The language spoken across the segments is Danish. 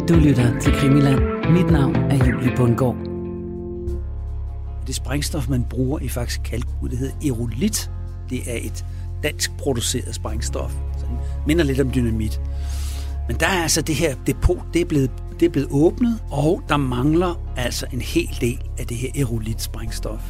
Du lytter til Krimiland. Mit navn er Julie Bundgaard. Det sprængstof, man bruger i Faxe Kalkbrud, det hedder Aerolit. Det er et dansk produceret sprængstof. Så det minder lidt om dynamit. Men der er altså det her depot, det er blevet åbnet, og der mangler altså en hel del af det her Aerolit sprængstof.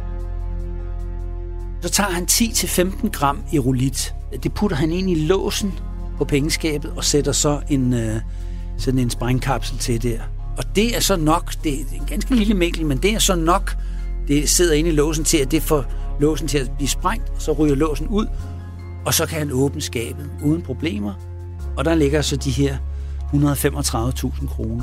Så tager han 10-15 gram Aerolit. Det putter han ind i låsen på pengeskabet og sætter så sådan en sprængkapsel til der. Og det er så nok, det er en ganske lille mængde, men det er så nok, det sidder inde i låsen til, at det får låsen til at blive sprængt, så ryger låsen ud, og så kan han åbne skabet uden problemer. Og der ligger så de her 135.000 kroner.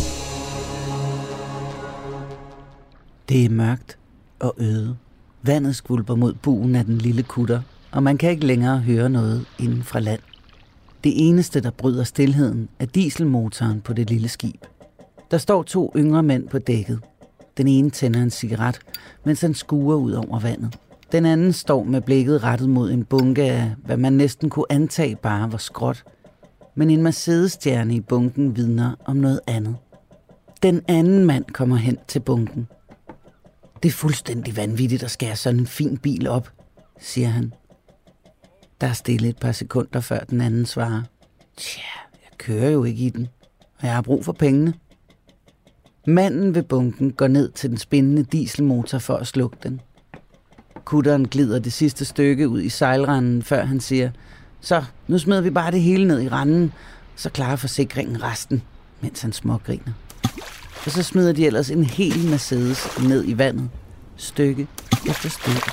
Det er mørkt og øde. Vandet skvulper mod buen af den lille kutter, og man kan ikke længere høre noget inden fra land. Det eneste, der bryder stilheden, er dieselmotoren på det lille skib. Der står 2 yngre mænd på dækket. Den ene tænder en cigaret, mens han skuer ud over vandet. Den anden står med blikket rettet mod en bunke af, hvad man næsten kunne antage bare var skråt. Men en Mercedes-stjerne i bunken vidner om noget andet. Den anden mand kommer hen til bunken. Det er fuldstændig vanvittigt at skære sådan en fin bil op, siger han. Der er stille et par sekunder, før den anden svarer. Tja, jeg kører jo ikke i den, og jeg har brug for pengene. Manden ved bunken går ned til den spindende dieselmotor for at slukke den. Kutteren glider det sidste stykke ud i sejlranden, før han siger, så nu smider vi bare det hele ned i randen, så klarer forsikringen resten, mens han smågriner. Og så smider de ellers en hel Mercedes ned i vandet, stykke efter stykke.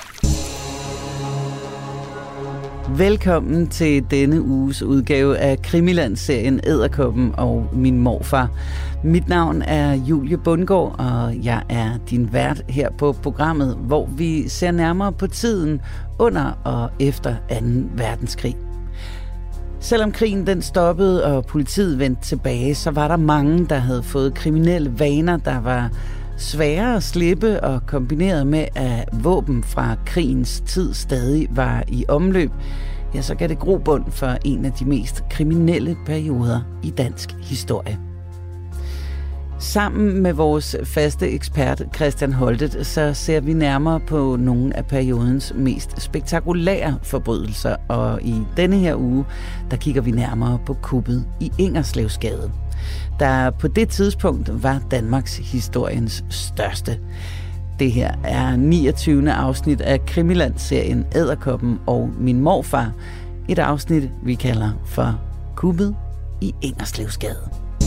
Velkommen til denne uges udgave af Krimiland-serien Edderkoppen og min morfar. Mit navn er Julie Bundgaard, og jeg er din vært her på programmet, hvor vi ser nærmere på tiden under og efter 2. verdenskrig. Selvom krigen den stoppede, og politiet vendte tilbage, så var der mange, der havde fået kriminelle vaner, der var svære at slippe, og kombineret med, at våben fra krigens tid stadig var i omløb, ja, så gav det grobund for en af de mest kriminelle perioder i dansk historie. Sammen med vores faste ekspert Christian Holtet, så ser vi nærmere på nogle af periodens mest spektakulære forbrydelser, og i denne her uge, der kigger vi nærmere på kuppet i Ingerslevsgade, der på det tidspunkt var Danmarks historiens største. Det her er 29. afsnit af Krimiland-serien Edderkoppen og min morfar, et afsnit vi kalder for Kuppet i Ingerslevsgade.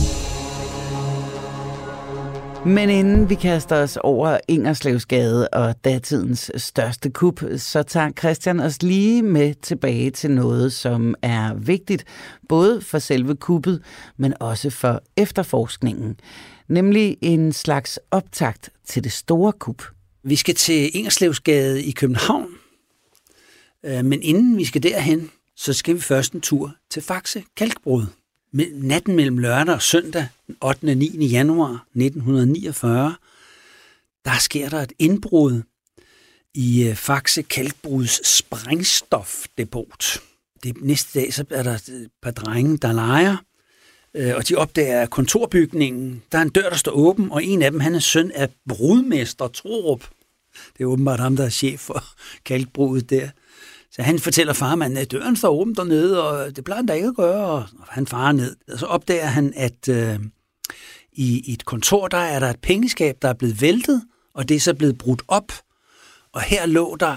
Men inden vi kaster os over Ingerslevsgade og datidens største kup, så tager Christian os lige med tilbage til noget, som er vigtigt, både for selve kuppet, men også for efterforskningen. Nemlig en slags optakt til det store kup. Vi skal til Ingerslevsgade i København, men inden vi skal derhen, så skal vi først en tur til Faxe Kalkbrud. Natten mellem lørdag og søndag, den 8. og 9. januar 1949, der sker der et indbrud i Faxe Kalkbruds sprængstofdepot. Næste dag så er der et par drenge, der leger, og de opdager kontorbygningen. Der er en dør, der står åben, og en af dem, han er søn af brudmester Torup. Det er åbenbart ham, der er chef for Kalkbrudet der. Så han fortæller farmanden, at døren står åben dernede, og det plejer han da ikke at gøre, og han farer ned. Og så opdager han, at i et kontor, der er der et pengeskab, der er blevet væltet, og det er så blevet brudt op. Og her lå der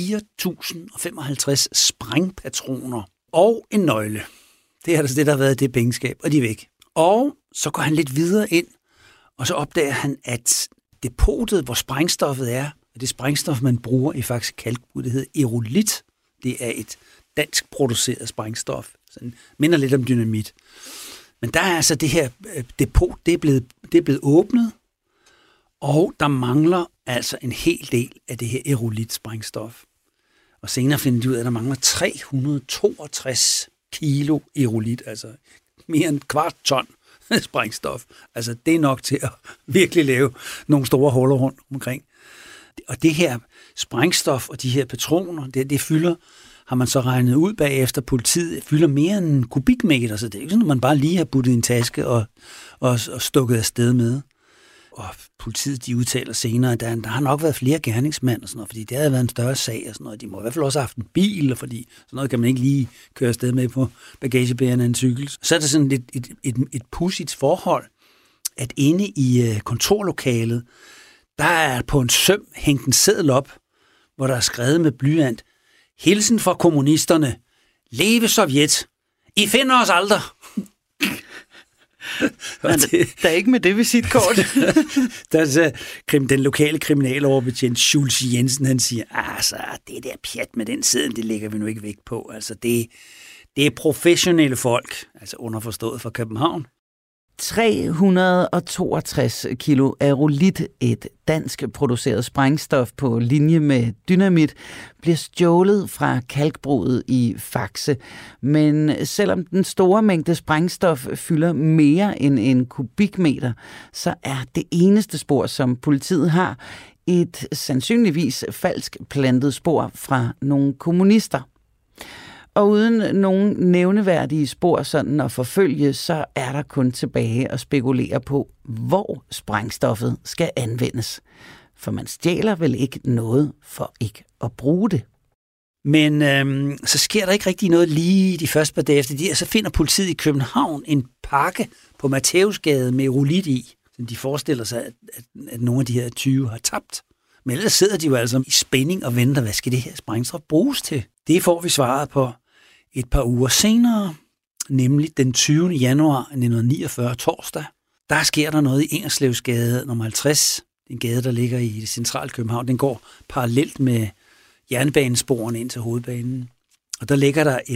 4.055 sprængpatroner og en nøgle. Det er altså det, der har været i det pengeskab, og de er væk. Og så går han lidt videre ind, og så opdager han, at depotet, hvor sprængstoffet er, og det sprængstof, man bruger i Faxe Kalkbrud, det hedder Aerolit. Det er et dansk produceret sprængstof. Sådan minder lidt om dynamit. Men der er altså det her depot, det er blevet åbnet, og der mangler altså en hel del af det her Aerolit sprængstof. Og senere finder de ud af, at der mangler 362 kilo Aerolit, altså mere end 1/4 ton sprængstof. Altså det er nok til at virkelig lave nogle store huller rundt omkring. Og det her sprængstof og de her patroner, det fylder har man så regnet ud bagefter, politiet fylder mere end en kubikmeter, så det er ikke sådan, at man bare lige har puttet i en taske og stukket afsted med. Og politiet, de udtaler senere, at der har nok været flere gerningsmænd og sådan noget, fordi det har været en større sag og sådan noget. De må i hvert fald også have haft en bil, fordi sådan noget kan man ikke lige køre afsted med på bagagebæreren af en cykel. Så er der sådan et pudsigt forhold, at inde i kontorlokalet, der er på en søm hængt en seddel op, hvor der er skrevet med blyant: Hilsen fra kommunisterne. Leve Sovjet. I finder os aldrig. Men der er ikke med det visitkort. Den lokale kriminaloverbetjent Schulz Jensen, han siger, altså, det der pjat med den seddel, det lægger vi nu ikke vægt på. Altså, det er professionelle folk, altså underforstået fra København. 362 kilo aerolit, et dansk produceret sprængstof på linje med dynamit, bliver stjålet fra kalkbruget i Faxe. Men selvom den store mængde sprængstof fylder mere end en kubikmeter, så er det eneste spor, som politiet har, et sandsynligvis falsk plantet spor fra nogle kommunister. Og uden nogen nævneværdige spor sådan at forfølge, så er der kun tilbage at spekulere på, hvor sprængstoffet skal anvendes. For man stjæler vel ikke noget for ikke at bruge det. Men så sker der ikke rigtig noget lige de første par dage efter det, og så finder politiet i København en pakke på Matthæusgade med aerolit i. Så de forestiller sig, at nogle af de her 20 har tabt. Men ellers sidder de jo altså i spænding og venter, hvad skal det her sprængstof bruges til? Det får vi svaret på et par uger senere, nemlig den 20. januar 1949, torsdag. Der sker der noget i Ingerslevsgade nummer 50. En gade, der ligger i det centrale København. Den går parallelt med jernbanesporene ind til hovedbanen. Og der ligger der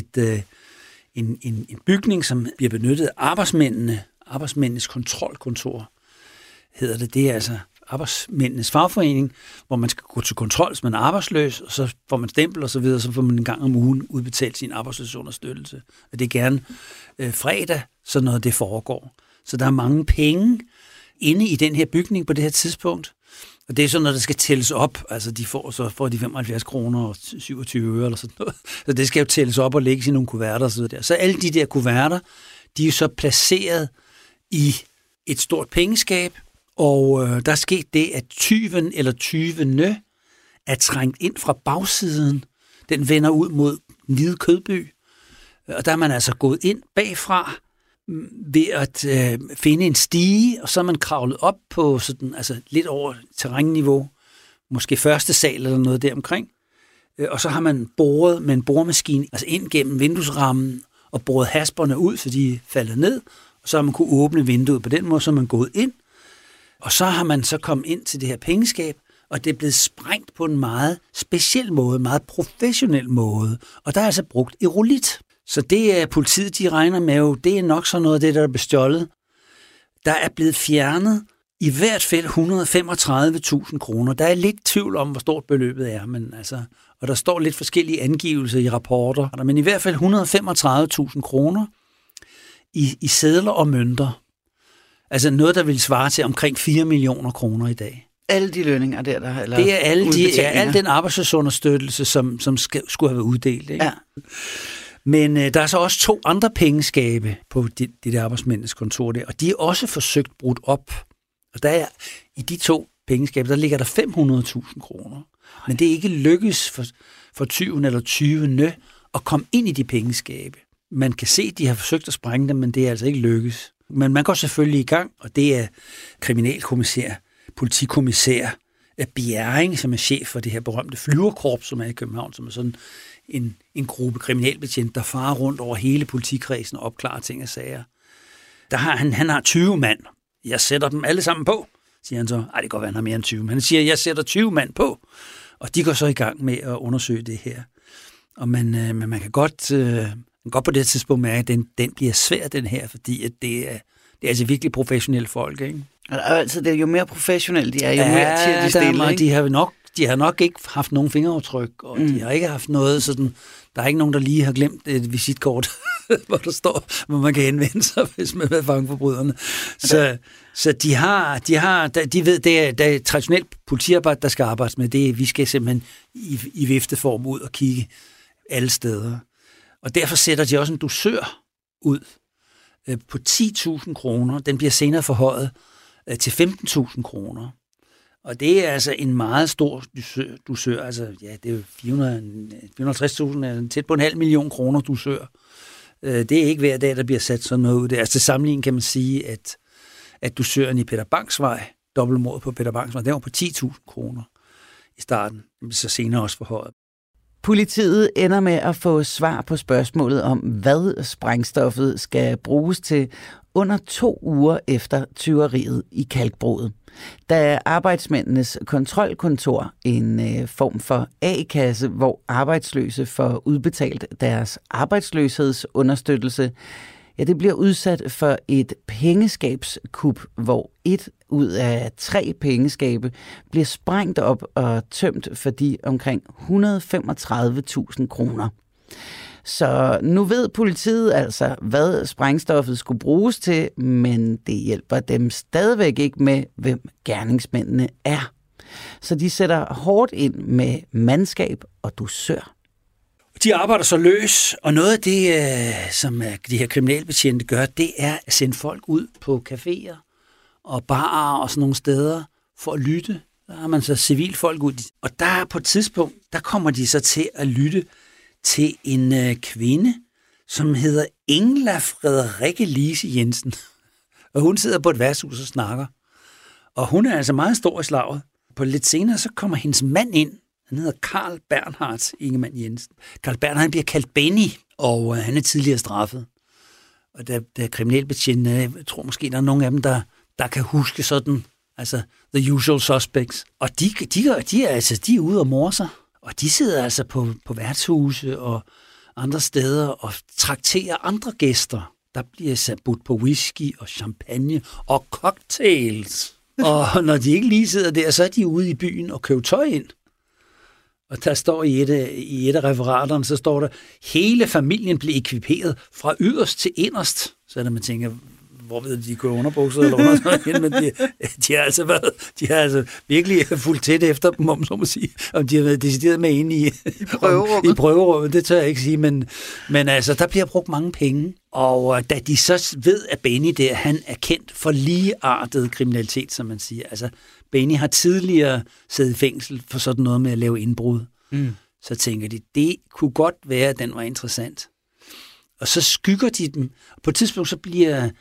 en bygning, som bliver benyttet af arbejdsmændenes kontrolkontor, hedder det. Det er altså arbejdsmændenes fagforening, hvor man skal gå til kontrol, hvis man er arbejdsløs, og så får man stempel og så videre, så får man en gang om ugen udbetalt sin arbejdsløshedsunderstøttelse. Og det er gerne fredag, så noget det foregår. Så der er mange penge inde i den her bygning på det her tidspunkt, og det er sådan noget, der skal tælles op. Altså så får de 75 kroner og 27 øre eller sådan noget. Så det skal jo tælles op og lægges i nogle kuverter og så videre. Så alle de der kuverter, de er så placeret i et stort pengeskab, og der er sket det, at tyven eller tyvene er trængt ind fra bagsiden. Den vender ud mod Nide Kødby, og der er man altså gået ind bagfra ved at finde en stige, og så er man kravlet op på sådan, altså lidt over terrænniveau, måske første sal eller noget deromkring, og så har man boret med en boremaskine altså ind gennem vinduesrammen og boret hasperne ud, så de er faldet ned, og så har man kunne åbne vinduet. På den måde så er man gået ind, og så har man så kommet ind til det her pengeskab, og det er blevet sprængt på en meget speciel måde, meget professionel måde, og der er altså brugt aerolit. Så det er politiet, de regner med jo, det er nok sådan noget af det, der er bestjålet. Der er blevet fjernet i hvert fald 135.000 kroner. Der er lidt tvivl om, hvor stort beløbet er, men altså, og der står lidt forskellige angivelser i rapporter, men i hvert fald 135.000 kroner i sedler og mønter. Altså noget, der vil svare til omkring 4 millioner kroner i dag. Alle de lønninger der eller det er al den arbejdsløshedsunderstøttelse, som skulle have været uddelt. Ikke? Ja. Men der er så også 2 andre pengeskabe på det der arbejdsmændenes kontor der, og de er også forsøgt brudt op. Og der er, i de 2 pengeskaber, der ligger der 500.000 kroner. Men det er ikke lykkes for tyven eller tyvene at komme ind i de pengeskabe. Man kan se, at de har forsøgt at sprænge dem, men det er altså ikke lykkes. Men man går selvfølgelig i gang, og det er kriminalkommissær, politikommissær Bjerring, som er chef for det her berømte flyverkorps, som er i København, som er sådan en gruppe kriminalbetjent, der farer rundt over hele politikredsen og opklarer ting og sager. Han har 20 mand. Jeg sætter dem alle sammen på, siger han så. Ej, det kan godt være, han har mere end 20, men han siger, jeg sætter 20 mand på. Og de går så i gang med at undersøge det her. Og man kan godt på det tidspunkt mærke, at den bliver svær, den her, fordi at det er altså virkelig professionelle folk, ikke? Altså, det er jo mere professionelt, de er jo mere til de stille, de har nok ikke haft nogen fingeraftryk, og de har ikke haft noget sådan, der er ikke nogen, der lige har glemt et visitkort, hvor der står, hvor man kan henvende sig, hvis man vil fange forbryderne. Så de ved, det er traditionelt politiarbejde, der skal arbejdes med det. Vi skal simpelthen i vifteform ud og kigge. alle steder. Og derfor sætter de også en dusør ud på 10.000 kroner. Den bliver senere forhøjet til 15.000 kroner. Og det er altså en meget stor dusør. Altså, ja, det er jo 450.000, tæt på 500.000 kroner dusør. Det er ikke hver dag, der bliver sat sådan noget ud. Altså til sammenligning kan man sige, at dusøren i Peter Bangs Vej, dobbeltmordet på Peter Bangs Vej, den var på 10.000 kroner i starten. Den blev så senere også forhøjet. Politiet ender med at få svar på spørgsmålet om, hvad sprængstoffet skal bruges til under 2 uger efter tyveriet i Kalkbroet. Da arbejdsmændenes kontrolkontor, en form for A-kasse, hvor arbejdsløse får udbetalt deres arbejdsløshedsunderstøttelse, det bliver udsat for et pengeskabskup, hvor 1 ud af 3 pengeskabe bliver sprængt op og tømt for de omkring 135.000 kroner. Så nu ved politiet altså, hvad sprængstoffet skulle bruges til, men det hjælper dem stadigvæk ikke med, hvem gerningsmændene er. Så de sætter hårdt ind med mandskab og dusør. De arbejder så løs, og noget af det, som de her kriminalbetjente gør, det er at sende folk ud på caféer og barer og sådan nogle steder for at lytte. Der har man så civilfolk ud. Og der på et tidspunkt, der kommer de så til at lytte til en kvinde, som hedder Ingela Frederikke Lise Jensen. Og hun sidder på et værtshus og snakker. Og hun er altså meget stor i slaget. På lidt senere, så kommer hendes mand ind. Han hedder Carl Bernhardt Ingemann Jensen. Carl Bernhardt, han bliver kaldt Benny, og han er tidligere straffet. Og der er kriminalbetjente, jeg tror måske, der er nogle af dem, der kan huske sådan, altså the usual suspects. Og de er ude og morse sig. Og de sidder altså på værtshuse og andre steder og trakterer andre gæster. Der bliver så budt på whisky og champagne og cocktails. Og når de ikke lige sidder der, så er de ude i byen og køber tøj ind. Og der står i et af referaterne, så står der, hele familien blev ekviperet fra yderst til inderst. Så er det, man tænker, hvor ved de går underbukser eller under, men de har altså virkelig fulgt tæt efter dem, om så må sige, om de har været decideret med inde i prøverummet. Det tør jeg ikke sige, men altså, der bliver brugt mange penge. Og da de så ved, at Benny der, han er kendt for ligeartet kriminalitet, som man siger. Altså, Benny har tidligere siddet i fængsel for sådan noget med at lave indbrud. Så tænker de, det kunne godt være, at den var interessant. Og så skygger de dem. På et tidspunkt så bliver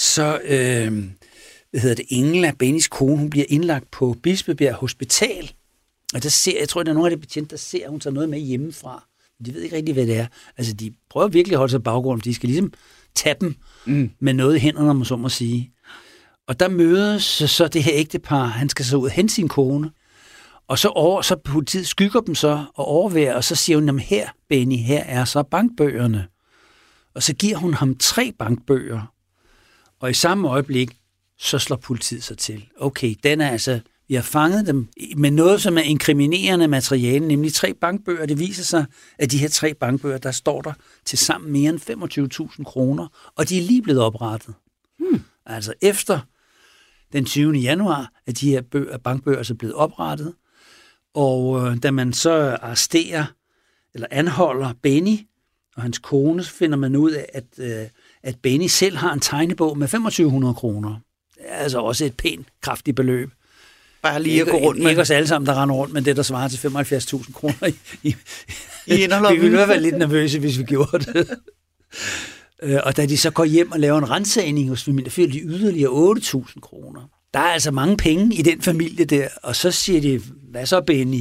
Ingela, Bennys kone, hun bliver indlagt på Bispebjerg Hospital. Og der jeg tror, der er nogle af de betjente, der ser, at hun tager noget med hjemmefra. De ved ikke rigtig, hvad det er. Altså, de prøver virkelig at holde sig baggrund. De skal ligesom tage dem med noget i hænderne, om man så må sige. Og der mødes så det her ægtepar. Han skal så ud og hente sin kone. Og så politiet skygger dem så og overværer, og så siger hun, jamen her, Benny, her er så bankbøgerne. Og så giver hun ham 3 bankbøger. Og i samme øjeblik, så slår politiet sig til. Okay, vi har fanget dem med noget, som er inkriminerende materiale, nemlig 3 bankbøger. Det viser sig, at de her 3 bankbøger, der står der til sammen mere end 25.000 kroner, og de er lige blevet oprettet. Altså efter den 20. januar, at de her bankbøger er så blevet oprettet, og da man så arresterer eller anholder Benny og hans kone, så finder man ud af, at Benny selv har en tegnebog med 2.500 kroner. Det er altså også et pænt, kraftigt beløb. Bare lige at gå rundt med. Ikke os alle sammen, der render rundt med det, der svarer til 75.000 kroner i inderlommen. Vi ville være lidt nervøse, hvis vi gjorde det. Og da de så går hjem og laver en ransagning hos familien, får de yderligere 8.000 kroner. Der er altså mange penge i den familie der, og så siger de, hvad så Benny?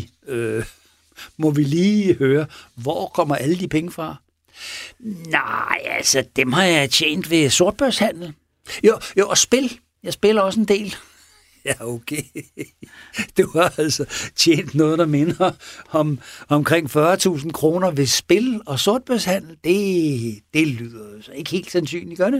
Må vi lige høre, hvor kommer alle de penge fra? Nej, altså dem har jeg tjent ved sortbørshandel. Jo, og spil. Jeg spiller også en del. Ja, okay. Du har altså tjent noget, der minder om omkring 40.000 kroner ved spil og sortbørshandel. Det lyder så ikke helt sandsynligt, gør det?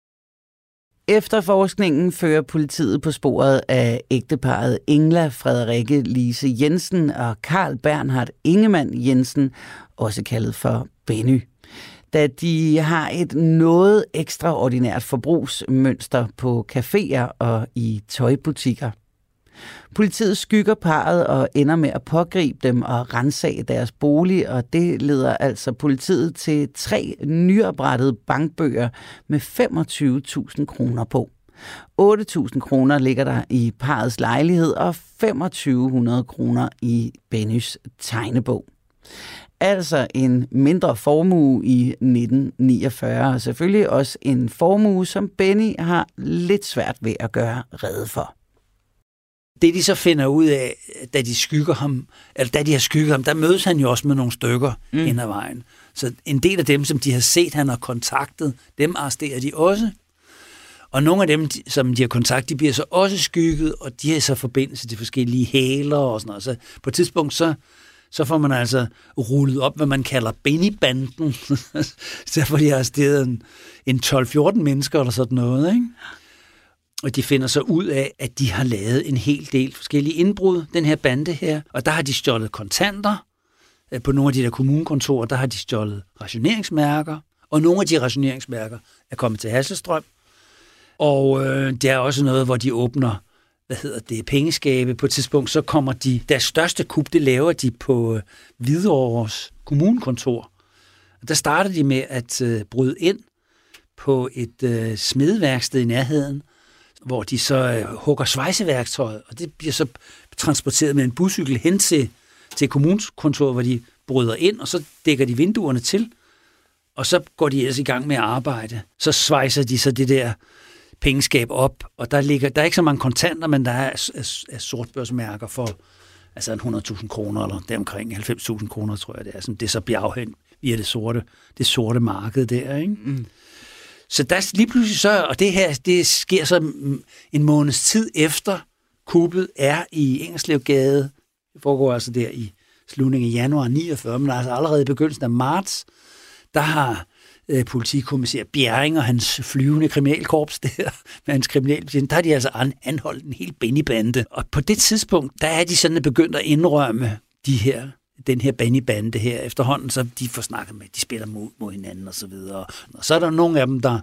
Efterforskningen fører politiet på sporet af ægteparret Ingela Frederikke Lise Jensen og Carl Bernhardt Ingemann Jensen, også kaldet for Benny. Da de har et noget ekstraordinært forbrugsmønster på caféer og i tøjbutikker. Politiet skygger parret og ender med at pågribe dem og ransage deres bolig, og det leder altså politiet til 3 nyoprettede bankbøger med 25.000 kroner på. 8.000 kroner ligger der i parrets lejlighed og 2.500 kroner i Bennys tegnebog. Altså en mindre formue i 1949, og selvfølgelig også en formue, som Benny har lidt svært ved at gøre rede for. Det de så finder ud af, da de har skygget ham, der mødes han jo også med nogle stykker hen ad vejen. Så en del af dem, som de har set, han har kontaktet, dem arresterer de også. Og nogle af dem, som de har kontaktet, de bliver så også skygget, og de har så forbindelse til forskellige hæler og sådan noget. Så på et tidspunkt, så får man altså rullet op, hvad man kalder Benny-banden. Så får de arresteret en 12-14 mennesker eller sådan noget, ikke? Og de finder så ud af, at de har lavet en hel del forskellige indbrud, den her bande her. Og der har de stjålet kontanter. På nogle af de der kommunekontorer, der har de stjålet rationeringsmærker. Og nogle af de rationeringsmærker er kommet til Hasselstrøm. Og det er også noget, hvor de åbner, pengeskabe. På et tidspunkt, så kommer deres største kup, det laver de på Hvidovres kommunekontor. Og der starter de med at bryde ind på et smedeværksted i nærheden, hvor de så hugger svejseværktøjet, og det bliver så transporteret med en buscykel hen til kommunekontoret, hvor de bryder ind, og så dækker de vinduerne til, og så går de ellers i gang med at arbejde. Så svejser de så det der pengeskab op, og der er ikke så mange kontanter, men der er sortbørsmærker for altså 100.000 kroner, eller deromkring 90.000 kroner, tror jeg det er, som det så bliver afhængt via det sorte marked der, ikke? Mm. Så der lige pludselig så, og det sker så en måneds tid efter kuppet er i Ingerslevgade. Det foregår altså der i slutningen af januar 49, men altså allerede i begyndelsen af marts, der har politikommissær Bjerring og hans flyvende kriminalkorps der, med hans kriminalbetjent, der har de altså anholdt en hel Benny-bande. Og på det tidspunkt, der er de sådan begyndt at indrømme den her Benny-bande her efterhånden, så de får snakket med, de spiller mod hinanden og så videre. Og så er der nogle af dem, der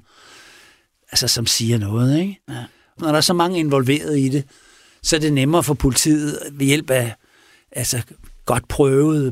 som siger noget, ikke? Ja. Når der er så mange involveret i det, så er det nemmere for politiet ved hjælp af godt prøvede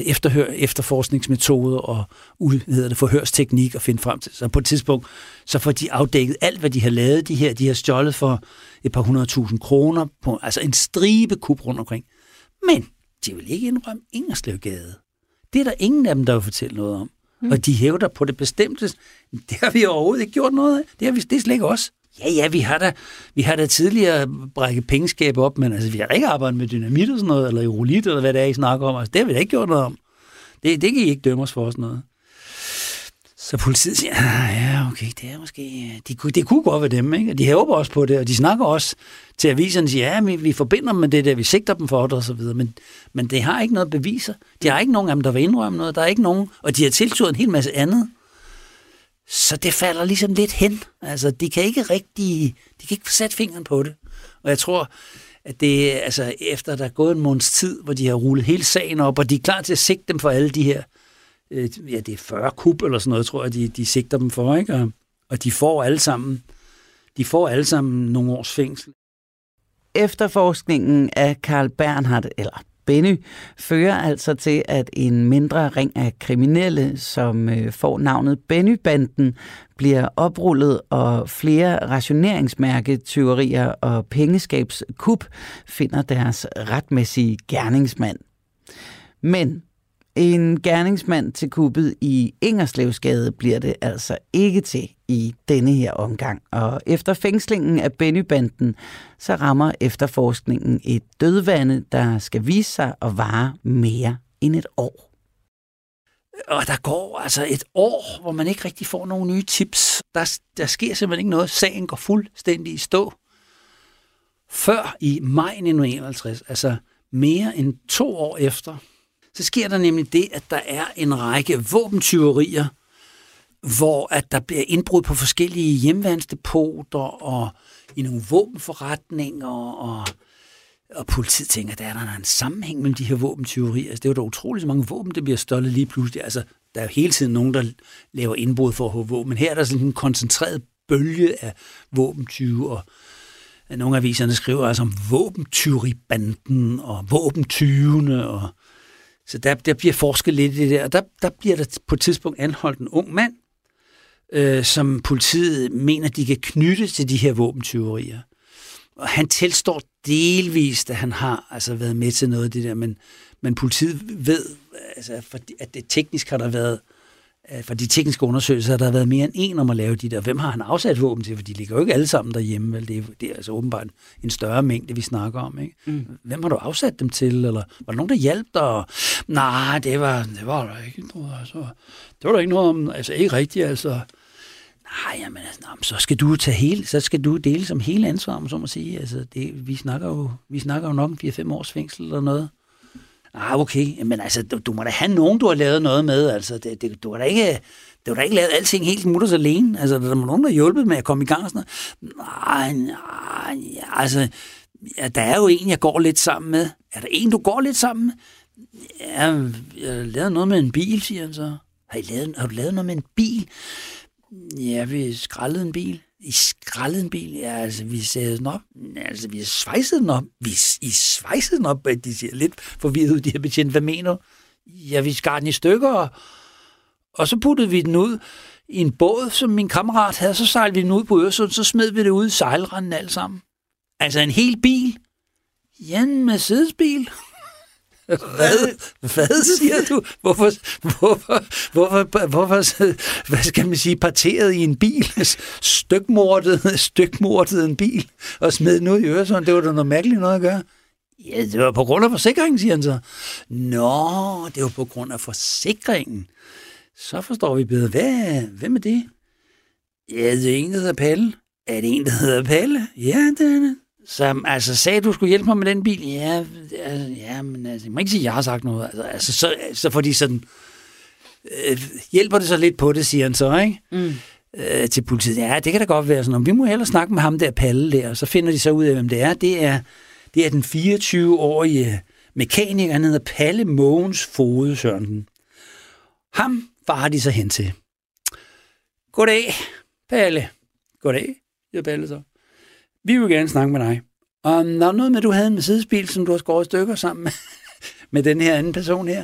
efterforskningsmetoder og forhørsteknik at finde frem til. Så på et tidspunkt, så får de afdækket alt, hvad de har lavet. De har stjålet for et par 100.000 kroner på en stribe kup rundt omkring. Men de vil ikke indrømme Ingerslevgade. Det er der ingen af dem, der vil fortælle noget om. Og de hævder på det bestemte. Det har vi overhovedet ikke gjort noget af. Det er slet ikke os. Ja, vi har da tidligere brækket pengeskab op, men vi har ikke arbejdet med dynamit og sådan noget, eller eurolit, eller hvad det er, I snakker om. Det har vi da ikke gjort noget om. Det kan I ikke dømme os for sådan noget. Så politiet siger, ja, okay, det er måske... Det kunne godt være dem, ikke? De håber også på det, og de snakker også til aviserne, siger, ja, vi forbinder dem med det der, vi sigter dem for det, og så videre. Men det har ikke noget beviser. De har ikke nogen af dem, der vil indrømme noget. Der er ikke nogen, og de har tilturet en hel masse andet. Så det falder ligesom lidt hen. De kan ikke få sat fingeren på det. Og jeg tror, at det efter der er gået en måneds tid, hvor de har rullet hele sagen op, og de er klar til at sigte dem for alle de her, det er 40 kup eller sådan noget, tror jeg, de sigter dem for, ikke? Og de får alle sammen nogle års fængsel. Efterforskningen af Carl Bernhard, eller Benny, fører altså til, at en mindre ring af kriminelle, som får navnet Benny-banden, bliver oprullet, og flere rationeringsmærketyverier og pengeskabskup finder deres retmæssige gerningsmand. Men en gerningsmand til kuppet i Ingerslevsgade bliver det altså ikke til i denne her omgang. Og efter fængslingen af Benny-banden, så rammer efterforskningen et dødvande, der skal vise sig at vare mere end et år. Og der går et år, hvor man ikke rigtig får nogle nye tips. Der sker simpelthen ikke noget. Sagen går fuldstændig i stå. Før i maj 1951, mere end 2 år efter, så sker der nemlig det, at der er en række våbentyverier, hvor at der bliver indbrud på forskellige hjemmeværnsdepoter og i nogle våbenforretninger, og politiet tænker, at der er en sammenhæng mellem de her våbentyverier. Det er jo da utroligt så mange våben, der bliver stjålet lige pludselig. Der er jo hele tiden nogen, der laver indbrud for at få våben, men her er der sådan en koncentreret bølge af våbentyve, og Nogle af aviserne skriver altså om våbentyveribanden og våbentyvene. Så der bliver forsket lidt i det der. Og der bliver der på et tidspunkt anholdt en ung mand, som politiet mener, de kan knytte til de her våbentyverier. Og han tilstår delvist, at han har altså været med til noget af det der, men politiet ved, altså, at det teknisk har der været, for de tekniske undersøgelser har der været mere end en om at lave de der. Hvem har han afsat våben til? For de ligger jo ikke alle sammen derhjemme. Vel? Det er altså åbenbart en større mængde, vi snakker om. Ikke? Hvem har du afsat dem til? Eller var der nogen, der hjalp dig? Nej, det var der ikke noget. Altså, det var der ikke noget om. Altså ikke rigtigt. Altså. Nej, jamen, altså, så skal du dele som hele ansvar, så må sige. Altså, vi snakker jo nok om 4-5 års fængsel eller noget. Okay, men altså, du må da have nogen, du har lavet noget med, altså, du har da ikke lavet alting helt mutters alene, altså, der må nogen, der har hjulpet med at komme i gang og sådan noget. Nej, altså, ja, der er jo en, jeg går lidt sammen med. Er der en, du går lidt sammen med? Ja, jeg har lavet noget med en bil, siger han så. Har du lavet noget med en bil? Ja, vi skrællede en bil. I skrællede en bil? Ja, altså, vi satte den op. Altså, vi svejsede den op. I svejsede den op, de siger lidt forvirret ud, de her betjente. Hvad mener du? Ja, vi skar den i stykker, og så puttede vi den ud i en båd, som min kammerat havde. Så sejlede vi den ud på Øresund, så smed vi det ud i sejlrenden alle sammen. Altså, en hel bil. Ja, en Mercedes-bil. Hvad siger du? Hvorfor, hvad skal man sige, parteret i en bil, stykmordet en bil, og smed den ud i Øresund? Det var da noget mærkeligt noget at gøre. Ja, det var på grund af forsikringen, siger han så. Nå, det var på grund af forsikringen. Så forstår vi bedre. Hvem er det? Ja, det er en, der hedder Palle. Er det en, der hedder Palle? Ja, det er det. Så altså, sagde du skulle hjælpe mig med den bil? Ja, men altså, jeg må ikke sige, at jeg har sagt noget. Altså, så får de sådan... hjælper det så lidt på det, siger han så, ikke? Til politiet. Ja, det kan da godt være sådan. Vi må hellere snakke med ham der Palle der, og så finder de så ud af, hvem det er. Det er den 24-årige mekaniker, han hedder Palle Mogens Fode Sørensen. Ham farer de så hen til. Goddag, Palle. Goddag, siger Palle så. Vi vil gerne snakke med dig. Og der er noget med, at du havde en Mercedes-bil, som du har skåret stykker sammen med den her anden person her.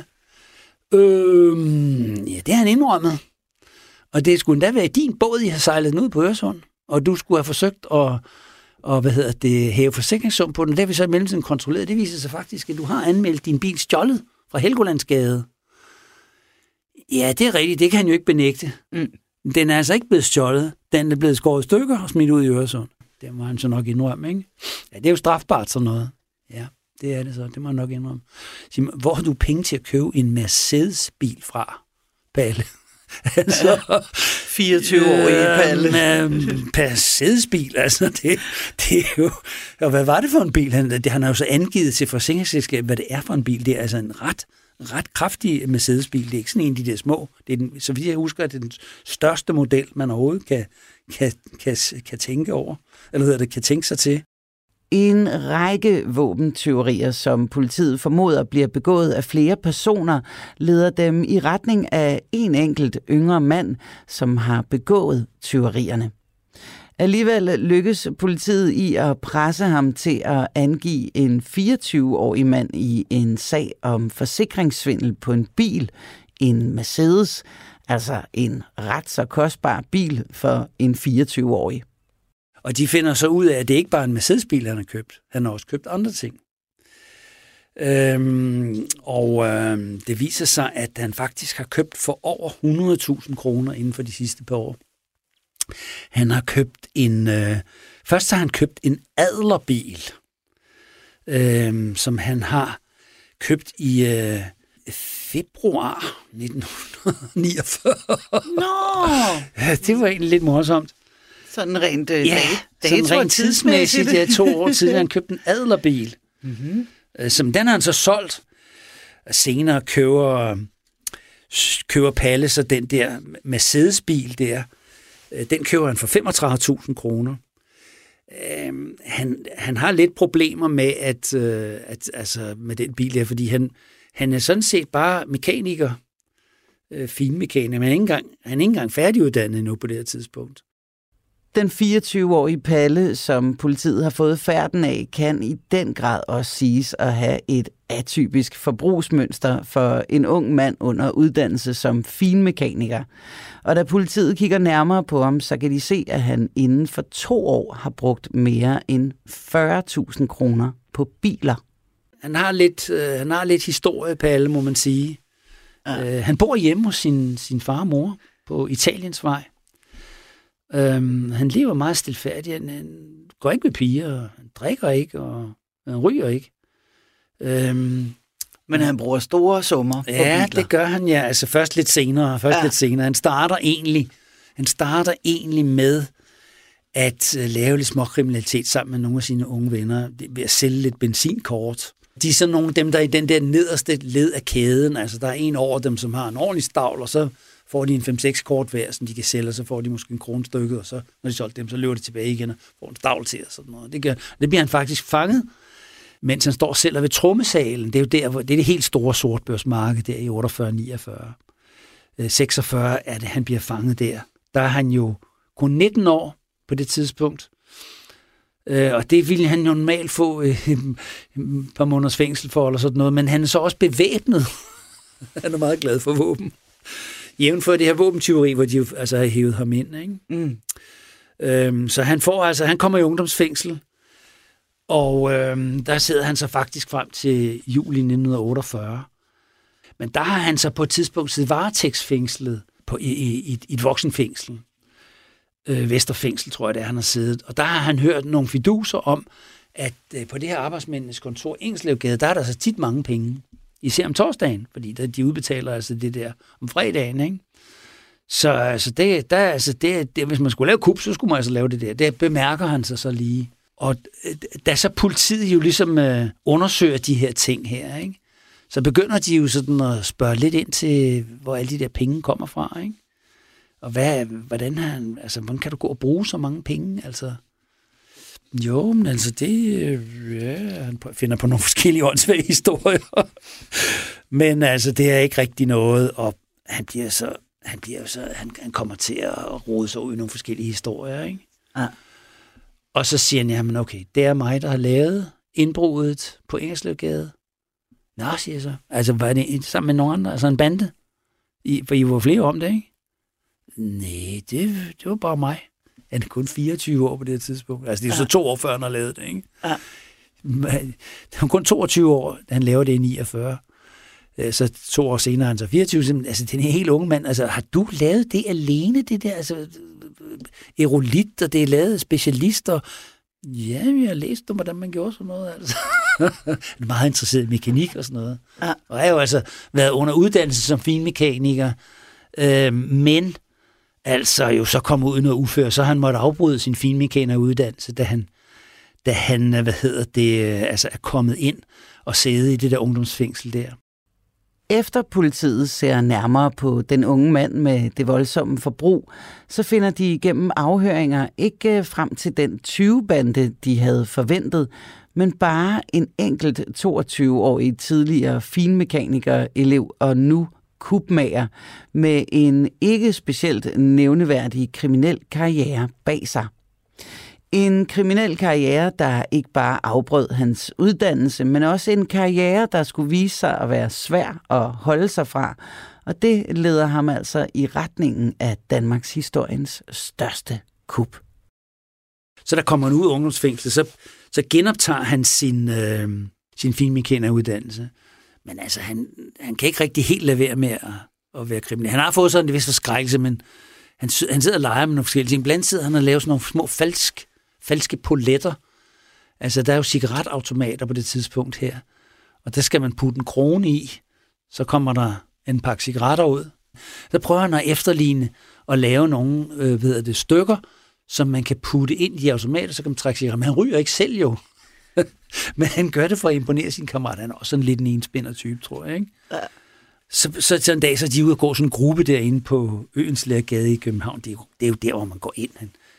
Ja, det har han indrømmet. Og det skulle endda være din båd, I har sejlet den ud på Øresund. Og du skulle have forsøgt at hæve forsikringssum på den. Det har vi så i mellemtiden kontrolleret. Det viser sig faktisk, at du har anmeldt din bil stjålet fra Helgolandsgade. Ja, det er rigtigt. Det kan han jo ikke benægte. Den er altså ikke blevet stjålet. Den er blevet skåret stykker og smidt ud i Øresund. Det må han så nok indrømme, ikke? Ja, det er jo strafbart sådan noget. Ja, det er det så. Det må han nok indrømme. Sig mig, hvor har du penge til at købe en Mercedes-bil fra, Palle? Altså, 24-årige Palle. Mercedes-bil, altså, det er jo... Og hvad var det for en bil? Han har jo så angivet til forsikringsselskabet, hvad det er for en bil. Det er altså en ret kraftig Mercedes-bil. Det er ikke sådan en af de der små. Det er den, så vidt jeg husker, at det er den største model, man overhovedet kan tænke over. Eller hedder det, kan tænke sig til. En række våbentyverier, som politiet formoder bliver begået af flere personer, leder dem i retning af en enkelt yngre mand, som har begået tyverierne. Alligevel lykkes politiet i at presse ham til at angive en 24-årig mand i en sag om forsikringssvindel på en bil, en Mercedes, altså en ret så kostbar bil for en 24-årig. Og de finder så ud af, at det ikke bare er en Mercedes-bil, han har købt. Han har også købt andre ting. Det viser sig, at han faktisk har købt for over 100.000 kroner inden for de sidste par år. Han har købt først har han købt en Adlerbil, som han har købt i februar 1949. Ja, det var egentlig lidt morsomt. Sådan rent tidsmæssigt. Det er 2 år siden, han købte en Adlerbil. Som den har han så solgt. Og senere køber Palle så den der Mercedes-bil der. Den køber han for 35.000 kroner. Han har lidt problemer med altså med den bil der, fordi han er sådan set bare mekaniker, finmekaniker, men han er ikke engang færdiguddannet nu på det her tidspunkt. Den 24-årige Palle, som politiet har fået færden af, kan i den grad også siges at have et atypisk forbrugsmønster for en ung mand under uddannelse som finmekaniker. Og da politiet kigger nærmere på ham, så kan de se, at han inden for 2 år har brugt mere end 40.000 kroner på biler. Han har lidt historie, Palle, må man sige. Ja. Han bor hjemme hos sin far og mor på Italiensvej. Han lever meget stilfærdigt. Han går ikke med piger, han drikker ikke, og han ryger ikke. Men han bruger store summer på biler. Det gør han, ja. Altså først lidt senere. Han starter egentlig med at lave lidt småkriminalitet sammen med nogle af sine unge venner ved at sælge lidt benzinkort. De er sådan nogle af dem, der er i den der nederste led af kæden. Altså der er en over dem, som har en ordentlig stavl, og så får de en 5-6 kort hver, som de kan sælge, og så får de måske en krone stykket, og så, når de solgte dem, så løber de tilbage igen og får en stavl til og sådan noget. Det bliver han faktisk fanget, mens han står selv ved trommesalen. Det er jo der, hvor det er det helt store sortbørsmarked der i 48-49. 46 er det, han bliver fanget der. Der er han jo kun 19 år på det tidspunkt. Og det ville han jo normalt få et par måneders fængsel for, eller sådan noget, men han er så også bevæbnet. Han er meget glad for våben. Jævn for det her våbentyveri, hvor de jo altså har hævet ham ind. Ikke? Så han kommer i ungdomsfængsel, og der sidder han så faktisk frem til juli 1948. Men der har han så på et tidspunkt siddet varetægtsfængslet i et voksenfængsel. Vesterfængsel, tror jeg det er, han har siddet. Og der har han hørt nogle fiduser om, at på det her arbejdsmændenes kontor, Engslevgade, der er der så tit mange penge. Især om torsdagen, fordi de udbetaler altså det der om fredagen, ikke? Så altså det, hvis man skulle lave kup, så skulle man altså lave det der. Det bemærker han så lige. Og da så politiet jo ligesom undersøger de her ting her, ikke? Så begynder de jo sådan at spørge lidt ind til, hvor alle de der penge kommer fra, ikke? Og hvordan kan du gå og bruge så mange penge, altså? Jo, men altså han finder på nogle forskellige åndssvage historier. Men altså, det er ikke rigtig noget, og han kommer til at rode sig ud i nogle forskellige historier, ikke? Ja. Og så siger han, jamen okay, det er mig, der har lavet indbruddet på Engslevgade. Nå, siger jeg så. Altså, var det sammen med nogle andre? Altså en bande? For I var flere om det, ikke? Nej, det var bare mig. Han er kun 24 år på det tidspunkt. Altså, det er så 2 år før, han har lavet det, ikke? Ja. Han er kun 22 år, da han laver det i 49. Så 2 år senere er han så 24. Altså, den er helt unge mand. Altså, har du lavet det alene, det der? Altså, aerolit, og det er lavet specialister. Ja, jeg har læst om, hvordan man gjorde sådan noget, altså. Han er meget interesseret i mekanik og sådan noget. Ja. Og har jo altså været under uddannelse som finmekaniker. Men altså jo så kom ud i noget ufør, så han måtte afbryde sin finmekaneruddannelse, da han er kommet ind og sidde i det der ungdomsfængsel der. Efter politiet ser nærmere på den unge mand med det voldsomme forbrug, så finder de igennem afhøringer ikke frem til den 20-bande, de havde forventet, men bare en enkelt 22-årig tidligere finmekaniker-elev og nu kupmager med en ikke specielt nævneværdig kriminel karriere bag sig. En kriminel karriere, der ikke bare afbrød hans uddannelse, men også en karriere, der skulle vise sig at være svær at holde sig fra. Og det leder ham altså i retningen af Danmarks historiens største kup. Så der kommer han ud af ungdomsfængslet, så genoptager han sin finmekaneruddannelse. Men altså, han kan ikke rigtig helt lade være med at være kriminel. Han har fået sådan en vis forskrækkelse, men han sidder og leger med nogle forskellige ting. Blandt sidder han og laver sådan nogle små falske poletter. Altså, der er jo cigaretautomater på det tidspunkt her. Og der skal man putte en krone i. Så kommer der en pakke cigaretter ud. Så prøver han at efterligne og lave nogle stykker, som man kan putte ind i automater, så kan man trække cigaretter. Men han ryger ikke selv jo. Men han gør det for at imponere sin kammerat. Han er også sådan lidt en enspænder-type, tror jeg, ikke? Ja. Så en dag, så er de ude og gå sådan en gruppe derinde på Øenslærgade i København. Det er jo der, hvor man går ind.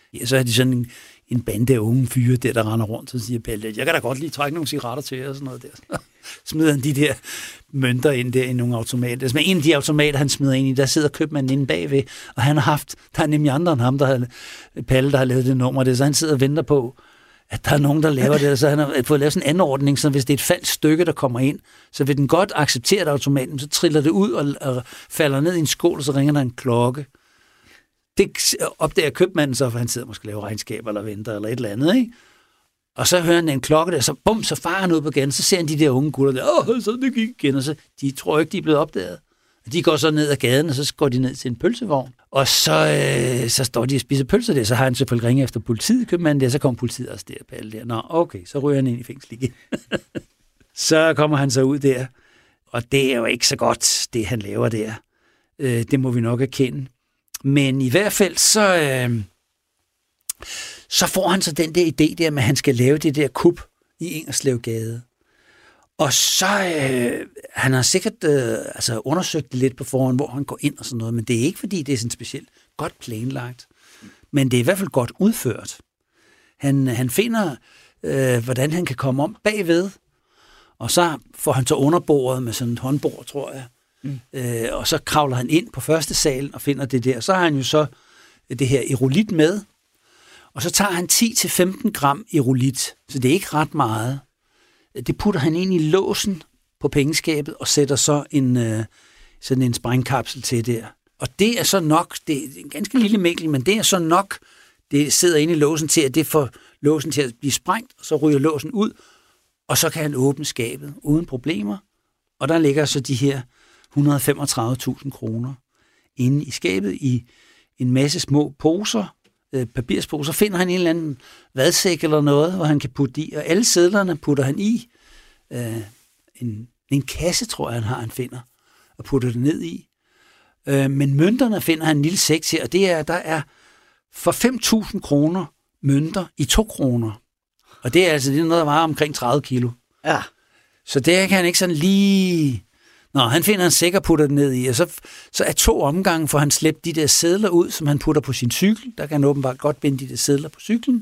Ja, så er de sådan en bande af unge fyre der render rundt, og siger Palle, jeg kan da godt lige trække nogle cigaretter til og sådan noget der. Så smider han de der mønter ind der i nogle automater. Altså, en af de automater, han smider ind i, der sidder købmanden inde bagved, og han har haft, der er nemlig andre end ham, Palle, der har lavet det nummer, det, så han sidder og venter på, at der er nogen, der laver det, så han har fået lavet sådan en anordning, så hvis det er et falsk stykke, der kommer ind, så vil den godt acceptere det automaten, så triller det ud og falder ned i en skål, og så ringer der en klokke. Det opdager købmanden så, for han sidder måske og laver regnskaber eller venter eller et eller andet, ikke? Og så hører han en klokke der, så bum, så farer han ud på gaden, så ser han de der unge gutter der, så det gik igen, og så de tror ikke, de er blevet opdaget. De går så ned ad gaden, og så går de ned til en pølsevogn, og så står de og spiser pølser der, så har han selvfølgelig ringet efter politiet, købmanden der, så kommer politiet også der på alle der. Nå, okay, så ryger han ind i fængsel igen. Så kommer han så ud der, og det er jo ikke så godt, det han laver der. Det må vi nok erkende. Men i hvert fald, så får han så den der idé der med, at han skal lave det der kup i Ingerslevgade. Og så, han har sikkert undersøgt det lidt på forhånd, hvor han går ind og sådan noget, men det er ikke, fordi det er sådan specielt godt planlagt. Men det er i hvert fald godt udført. Han finder, hvordan han kan komme om bagved, og så får han så underbordet med sådan et håndbord, tror jeg. Og så kravler han ind på første salen og finder det der. Så har han jo så det her erulit med, og så tager han 10-15 gram erulit, så det er ikke ret meget. Det putter han ind i låsen på pengeskabet og sætter så sådan en sprængkapsel til der. Og det er så nok, det er en ganske lille mængde, men det er så nok, det sidder inde i låsen til, at det får låsen til at blive sprængt, og så ryger låsen ud, og så kan han åbne skabet uden problemer. Og der ligger så de her 135.000 kroner inde i skabet i en masse små poser, papirsposer. Finder han en eller anden vadsæk eller noget, hvor han kan putte i, og alle sedlerne putter han i en kasse, tror jeg, han finder, og putter det ned i. Men mønterne finder han en lille sæk til, og der er for 5.000 kroner mønter i 2 kroner. Og det er altså noget, der var omkring 30 kilo. Ja. Så det kan han ikke sådan lige... Nå, han finder en sæk og putter det ned i, og så er 2 omgange, for han slæbt de der sedler ud, som han putter på sin cykel. Der kan han åbenbart godt binde de der sedler på cyklen.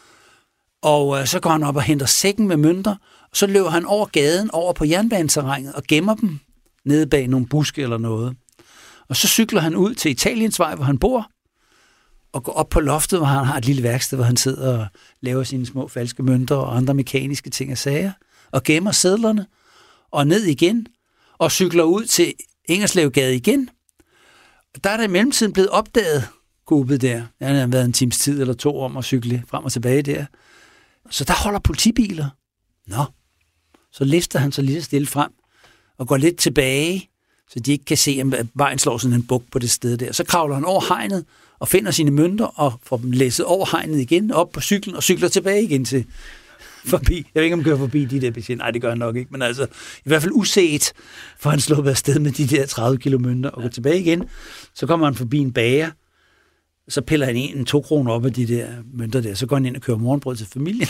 Og så går han op og henter sækken med mønter, og så løber han over gaden, over på jernbaneterrænet, og gemmer dem nede bag nogle buske eller noget. Og så cykler han ud til Italiensvej, hvor han bor, og går op på loftet, hvor han har et lille værksted, hvor han sidder og laver sine små falske mønter og andre mekaniske ting og sager, og gemmer sedlerne, og ned igen, og cykler ud til Ingerslevgade igen. Der er der i mellemtiden blevet opdaget, gubbet der. Han har været en times tid eller 2 om at cykle frem og tilbage der. Så der holder politibiler. Nå, så lister han så lige så stille frem og går lidt tilbage, så de ikke kan se, at vejen slår sådan en buk på det sted der. Så kravler han over hegnet og finder sine mønter og får dem læsset over hegnet igen, op på cyklen og cykler tilbage igen til forbi. Jeg ved ikke, om han kører forbi de der betjente. Nej, det gør han nok ikke, men altså i hvert fald uset, for han sluppet afsted med de der 30 kilo mønter og går tilbage igen. Så kommer han forbi en bager, så piller han 2 kroner op af de der mønter der, så går han ind og kører morgenbrød til familien,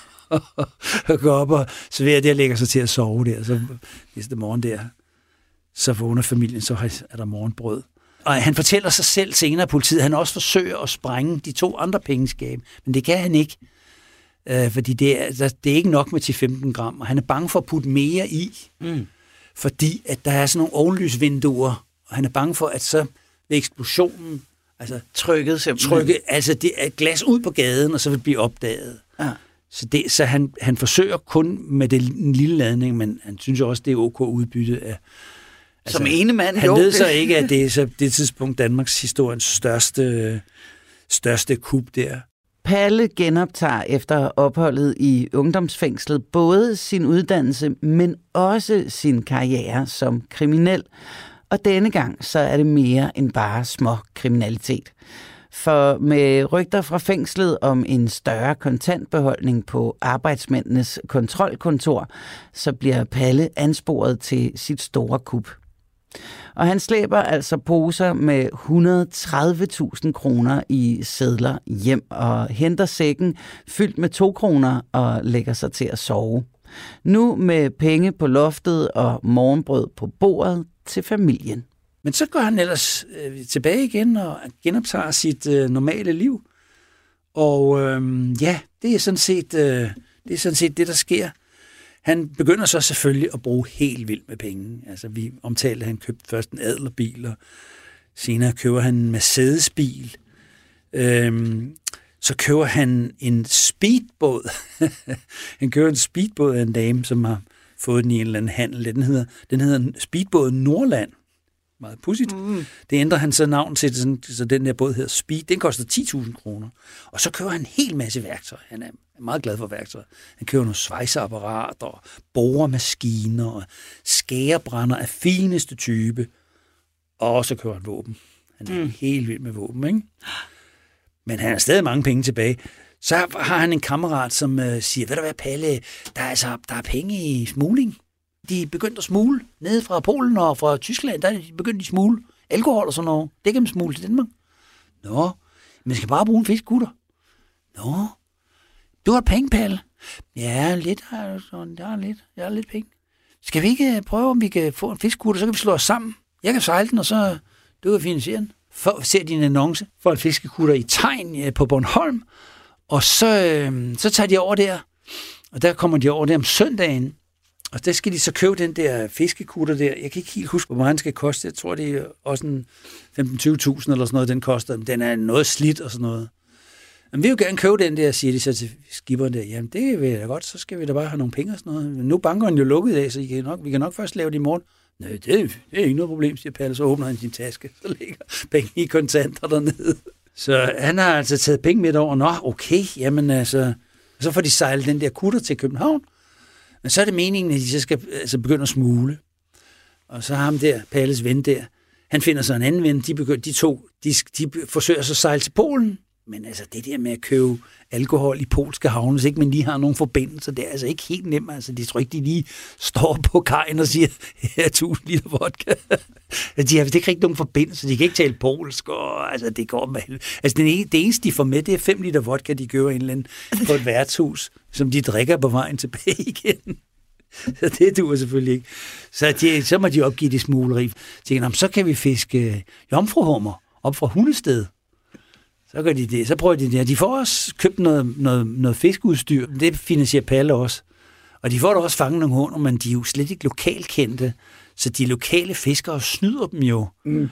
og går op og serverer det og lægger sig til at sove der. Så næste morgen der, så vågner familien, så er der morgenbrød. Og han fortæller sig selv senere, politiet, han også forsøger at sprænge de 2 andre pengeskabe, men det kan han ikke. Fordi det er ikke nok med 10-15 gram, og han er bange for at putte mere i, fordi at der er sådan nogle ovenlysvinduer, og han er bange for, at så ved eksplosionen, altså trykket, altså det er glas ud på gaden, og så vil det blive opdaget. Ja. Så han forsøger kun med den lille ladning, men han synes jo også, det er ok udbytte af... Altså, som ene mand. Han ved så ikke, at det er så det tidspunkt Danmarks historiens største kup der. Palle genoptager efter opholdet i ungdomsfængslet både sin uddannelse, men også sin karriere som kriminel. Og denne gang så er det mere end bare små kriminalitet. For med rygter fra fængslet om en større kontantbeholdning på arbejdsmændenes kontrolkontor, så bliver Palle ansporet til sit store kup. Og han slæber altså poser med 130.000 kroner i sedler hjem og henter sækken fyldt med 2 kroner og lægger sig til at sove. Nu med penge på loftet og morgenbrød på bordet til familien. Men så går han ellers tilbage igen og genoptager sit normale liv. Og det er sådan set det, der sker. Han begynder så selvfølgelig at bruge helt vildt med penge. Altså, vi omtalte, at han købte først en Adlerbil, og senere køber han en Mercedes-bil. Så køber han en speedbåd. Han køber en speedbåd af en dame, som har fået den i en eller anden handel. Den hedder speedbåden Nordland. Meget pudsigt. Det ændrer han så navn til, så den der båd hedder Speed. Den koster 10.000 kroner. Og så køber han en hel masse værktøj. Han er meget glad for værktøj. Han køber nogle svejseapparater, boremaskiner og skærebrænder af fineste type. Og så køber han våben. Han er helt vild med våben, ikke? Men han har stadig mange penge tilbage. Så har han en kammerat, som siger, ved du hvad, Palle, der er penge i smugling. De er begyndt at smule nede fra Polen og fra Tyskland. Der er de begyndt at smule alkohol og sådan noget. Det kan man smule til Danmark. Nå, man skal bare bruge en fiskekutter. Nå, du har penge, Palle. Ja, lidt. Jeg har lidt penge. Skal vi ikke prøve, om vi kan få en fiskekutter, så kan vi slå os sammen. Jeg kan sejle den, og så du kan finansiere den. Ser de en annonce for en fiskekutter i Tegn på Bornholm, og så tager de over der, og der kommer de over der om søndagen, og der skal de så købe den der fiskekutter der. Jeg kan ikke helt huske, hvor meget den skal koste. Jeg tror, det er også en 15-20.000 eller sådan noget, den koster. Den er noget slidt og sådan noget. Men vi vil gerne købe den der, siger de så til skiberen der. Jamen, det vil jeg da godt, så skal vi da bare have nogle penge og sådan noget. Men nu er bankeren jo lukket af, så vi kan nok først lave det i morgen. Nej, det er ikke noget problem, siger Palle. Så åbner han sin taske, så ligger penge i kontanter dernede. Så han har altså taget penge med over. Nå, okay, jamen altså. Så får de sejlet den der kutter til København. Men så er det meningen, at de så skal begynde at smule. Og så har ham der, Palles ven der, han finder så en anden ven. De forsøger så at sejle til Polen. Men altså det der med at købe alkohol i polske havne, hvis ikke man lige har nogen forbindelser, det er altså ikke helt nemt. Altså, de tror ikke, de lige står på kajen og siger, her 1000 liter vodka. De har ikke rigtig nogen forbindelser, de kan ikke tale polsk, og altså det går med. Altså det eneste, de får med, det er 5 liter vodka, de køber en eller anden på et værtshus, som de drikker på vejen tilbage igen. Så det duer selvfølgelig ikke. Så må de opgive det smugleri. Så kan vi fiske jomfruhummer op fra Hundested. Så gør de det. Så prøver de det. De får også købt noget fiskeudstyr. Det finansierer Palle også. Og de får da også fanget nogle hunder, men de er jo slet ikke lokalkendte. Så de lokale fiskere snyder dem jo.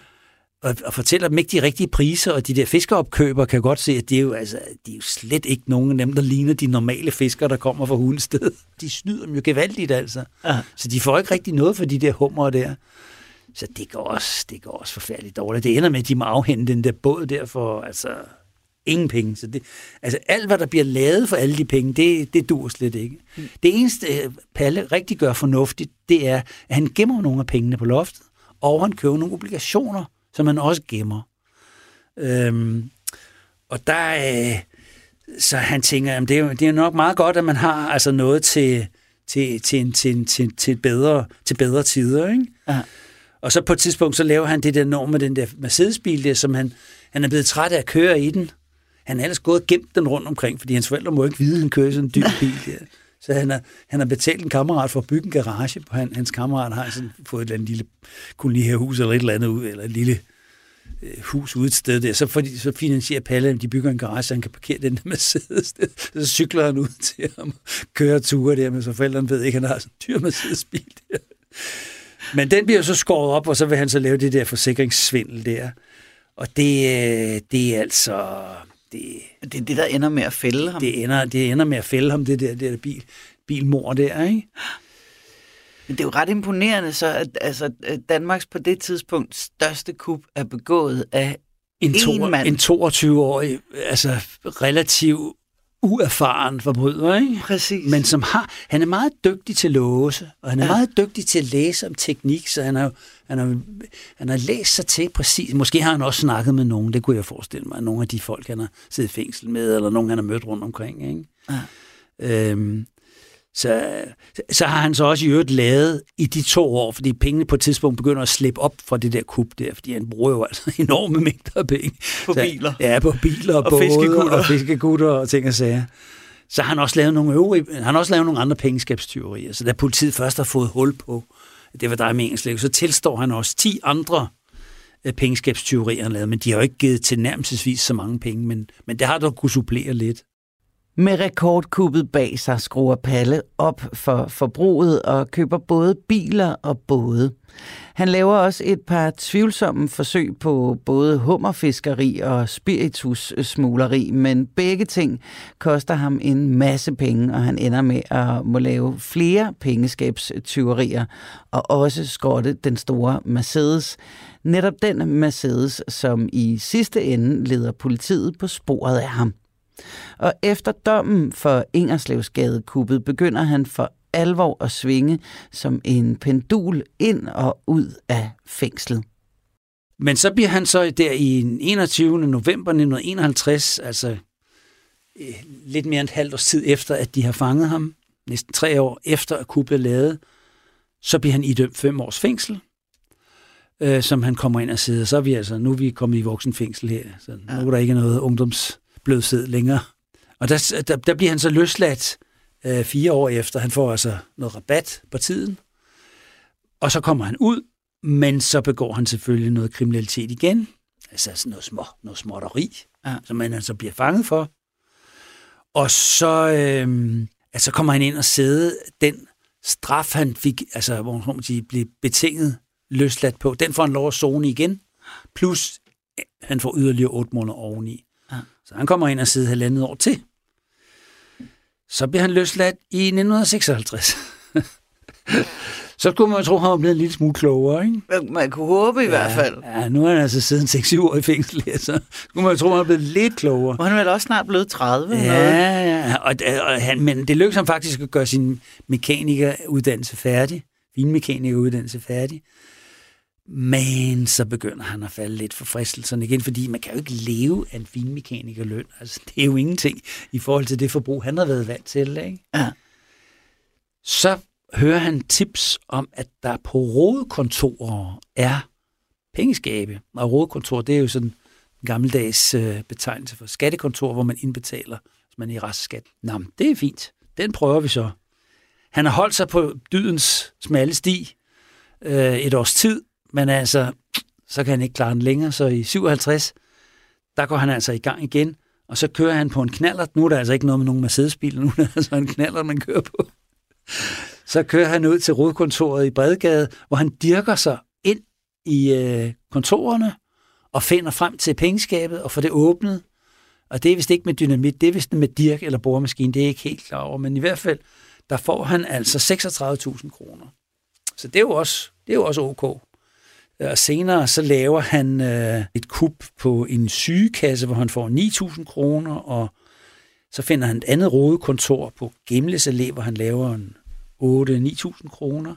Og fortæller dem ikke de rigtige priser. Og de der fiskeopkøbere kan godt se, at de er jo slet ikke nogen af dem, der ligner de normale fiskere, der kommer fra Hundested. De snyder dem jo gevaldigt, altså. Så de får ikke rigtig noget for de der hummer der. Så det går også forfærdeligt dårligt. Det ender med, at de må afhente den der båd der for ingen penge. Så alt, hvad der bliver lavet for alle de penge, det dur slet ikke. Det eneste, Palle rigtig gør fornuftigt, det er, at han gemmer nogle af pengene på loftet, og han køber nogle obligationer, som han også gemmer. Og der så han tænker, at det er nok meget godt, at man har altså noget til bedre tider, ikke? Aha. Og så på et tidspunkt, så laver han det der norm med den der Mercedes-bil der, som han er blevet træt af at køre i den. Han er ellers gået og gemt den rundt omkring, fordi hans forældre må ikke vide, at han kører sådan en dyr bil der. Så han har betalt en kammerat for at bygge en garage på hans kammerat har sådan fået et eller andet lille kolonihus eller et eller andet ud, eller et lille hus ude et sted der. Så finansierer Palle, at de bygger en garage, så han kan parkere den der Mercedes. Så cykler han ud til at køre ture der, men så forældrene ved ikke, at han har sådan en dyr Mercedes-bil der. Men den bliver så skåret op, og så vil han så lave det der forsikringssvindel der. Og det er altså... Det er det, der ender med at fælde ham. Det ender med at fælde ham, det der bilmord der, ikke? Men det er jo ret imponerende så, at Danmarks på det tidspunkt største kup er begået af en mand. En 22-årig, altså relativt uerfaren forbryder, ikke? Præcis. Men han er meget dygtig til låse, og han er meget dygtig til at læse om teknik, så han har læst sig til præcis. Måske har han også snakket med nogen, det kunne jeg forestille mig, nogle af de folk, han har siddet i fængsel med, eller nogen, han har mødt rundt omkring, ikke? Så har han så også i øvrigt lavet i de 2 år, fordi pengene på et tidspunkt begynder at slippe op fra det der kup der, fordi han bruger jo altså enorme mængder af penge. På biler. Ja, på biler og både og fiskekutter og ting og sager. Så har han også lavet nogle andre pengeskabstyverier. Så da politiet først har fået hul på, det var der med Engelslev, så tilstår han også 10 andre pengeskabstyverier, han lavede, men de har jo ikke givet tilnærmelsesvis så mange penge, men det har dog kunne supplere lidt. Med rekordkuppet bag sig skruer Palle op for forbruget og køber både biler og både. Han laver også et par tvivlsomme forsøg på både hummerfiskeri og spiritussmugleri, men begge ting koster ham en masse penge, og han ender med at må lave flere pengeskabstyverier og også skrotte den store Mercedes. Netop den Mercedes, som i sidste ende leder politiet på sporet af ham. Og efter dommen for Ingerslevsgadekuppet begynder han for alvor at svinge som en pendul ind og ud af fængslet. Men så bliver han så der i 21. november 1951, altså lidt mere end et halvt års tid efter, at de har fanget ham, næsten 3 år efter at kuppet er lavet, så bliver han idømt 5 års fængsel, som han kommer ind og sidder. Så er vi altså, nu er vi kommet i voksenfængsel her, så nu er der ikke noget ungdomsblødshed længere. Og der bliver han så løsladt 4 år efter. Han får altså noget rabat på tiden. Og så kommer han ud, men så begår han selvfølgelig noget kriminalitet igen. Altså sådan noget småtteri, som man altså bliver fanget for. Og så kommer han ind og sidder den straf, han fik, altså hvor man siger, blev betinget løsladt på, den får han lov at zone igen. Plus han får yderligere 8 måneder oveni. Så han kommer ind og sidder 1,5 år til. Så bliver han løsladt i 1956. Så skulle man tro, at han var blevet en lille smule klogere, ikke? Man kunne håbe i hvert fald. Ja, nu er han altså siden 6-7 år i fængsel her, så skulle man tro, at han var blevet lidt klogere. Og han er vel også snart blevet 30. Ja, men det lykkedes ham faktisk at gøre sin mekanikeruddannelse færdig. Finmekanikeruddannelse færdig. Men så begynder han at falde lidt for fristelserne igen, fordi man kan jo ikke leve af en finmekanikerløn. Altså, det er jo ingenting i forhold til det forbrug, han har været vant til, ikke? Ja. Så hører han tips om, at der på rådekontorer er pengeskabe. Og rådekontor, det er jo sådan en gammeldags betegnelse for skattekontor, hvor man indbetaler, hvis man er i restskat. Nå, det er fint. Den prøver vi så. Han har holdt sig på dydens smalle sti et års tid, men altså, så kan han ikke klare den længere. Så i 57, der går han altså i gang igen, og så kører han på en knallert. Nu er der altså ikke noget med nogen Mercedes-bil, nu er der altså en knallert, man kører på. Så kører han ud til rådkontoret i Bredgade, hvor han dirker sig ind i kontorerne og finder frem til pengeskabet og får det åbnet. Og det er vist ikke med dynamit, det er vist med dirk eller boremaskine, det er jeg ikke helt klar over. Men i hvert fald, der får han altså 36.000 kroner. Så det er jo også ok. Og senere så laver han et kup på en sygekasse, hvor han får 9.000 kroner, og så finder han et andet rådekontor på Gemles Allé, hvor han laver en 8-9.000 kroner.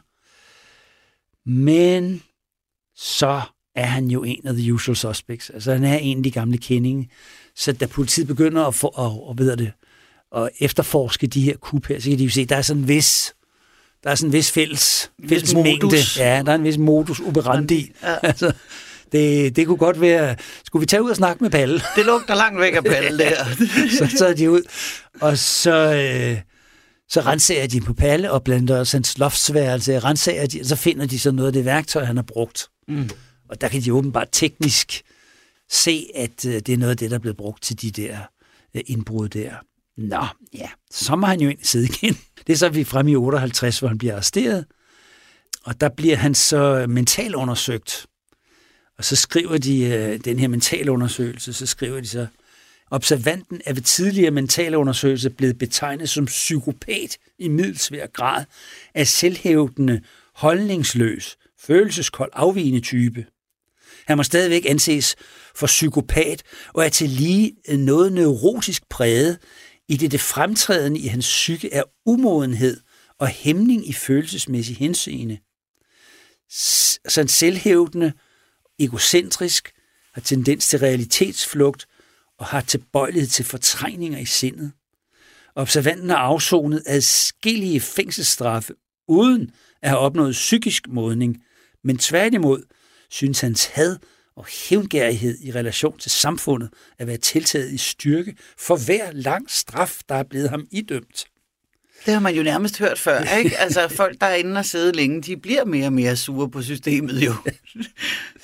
Men så er han jo en af the usual suspects. Altså han er en af de gamle kendinge. Så da politiet begynder at efterforske de her kup her, så kan de jo se, at der er sådan en vis fælles mængde. Ja, der er en vis modus operandi. Ja. Altså, det kunne godt være... Skulle vi tage ud og snakke med Palle? Det lugter langt væk af Palle, der. Så er de ud, og så renser de på Palle, og blandt andet også hans loftsværelse, renser de, og så finder de så noget af det værktøj, han har brugt. Mm. Og der kan de åbenbart teknisk se, at det er noget af det, der er blevet brugt til de der indbrud der. Nå, ja, så må han jo ind sidde igen. Det er så vi fremme i 58, hvor han bliver arresteret, og der bliver han så mentalundersøgt. Og så skriver de den her mentalundersøgelse, så skriver de så, observanten er ved tidligere mentalundersøgelse blevet betegnet som psykopat i middelsvær grad af selvhævdende, holdningsløs, følelseskold, afvigende type. Han må stadigvæk anses for psykopat og er til lige noget neurotisk præget, i det fremtrædende i hans psyke er umodenhed og hæmning i følelsesmæssig henseende. Så en selvhævdende, egocentrisk, har tendens til realitetsflugt og har tilbøjelighed til fortrængninger i sindet. Observanten har afsonet adskillige fængselsstraffe uden at have opnået psykisk modning, men tværtimod synes hans had og hævngærighed i relation til samfundet at være tiltaget i styrke for hver lang straf, der er blevet ham idømt. Det har man jo nærmest hørt før, ikke? Altså folk, der er inde og sidde længe, de bliver mere og mere sure på systemet jo.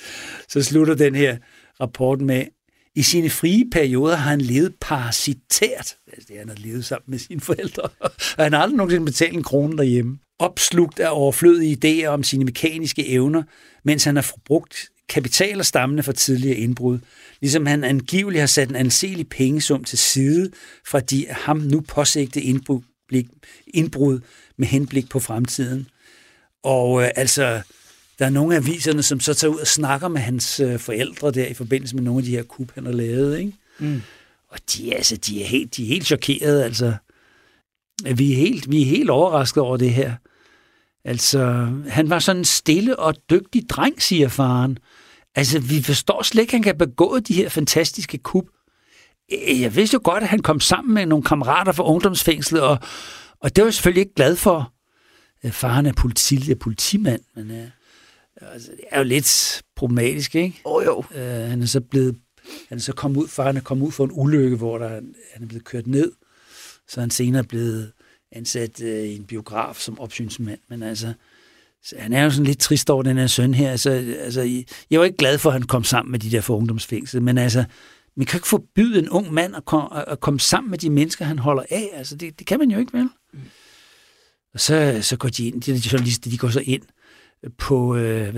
Så slutter den her rapport med, i sine frie perioder har han levet parasitært. Altså det han har levet sammen med sine forældre. Og han har aldrig nogensinde betalt en krone derhjemme. Opslugt af overflødige idéer om sine mekaniske evner, mens han har forbrugt kapitaler stammende fra tidligere indbrud. Ligesom han angiveligt har sat en anselig pengesum til side fra de af ham nu påsigtede indbrud med henblik på fremtiden. Og altså, der er nogle af aviserne, som så tager ud og snakker med hans forældre der i forbindelse med nogle af de her kup, han har lavet, ikke? Mm. Og de er helt chokerede, altså. Vi er helt overrasket over det her. Altså, han var sådan en stille og dygtig dreng, siger faren. Altså, vi forstår slet ikke, at han kan begå de her fantastiske kup. Jeg vidste jo godt, at han kom sammen med nogle kammerater fra ungdomsfængslet, og det var jeg selvfølgelig ikke glad for. Faren er politimand, men altså, det er jo lidt problematisk, ikke? Jo. Han er så kommet ud for en ulykke, hvor han er blevet kørt ned, så han senere blevet ansat i en biograf som opsynsmand, men altså, han er jo sådan lidt trist over den her søn her. Altså, jeg var ikke glad for, at han kom sammen med de der fra ungdomsfængsel, men altså, man kan ikke forbyde en ung mand at komme sammen med de mennesker, han holder af. Altså, det kan man jo ikke, vel? Mm. Og så går de ind, de journalister, de går så ind på,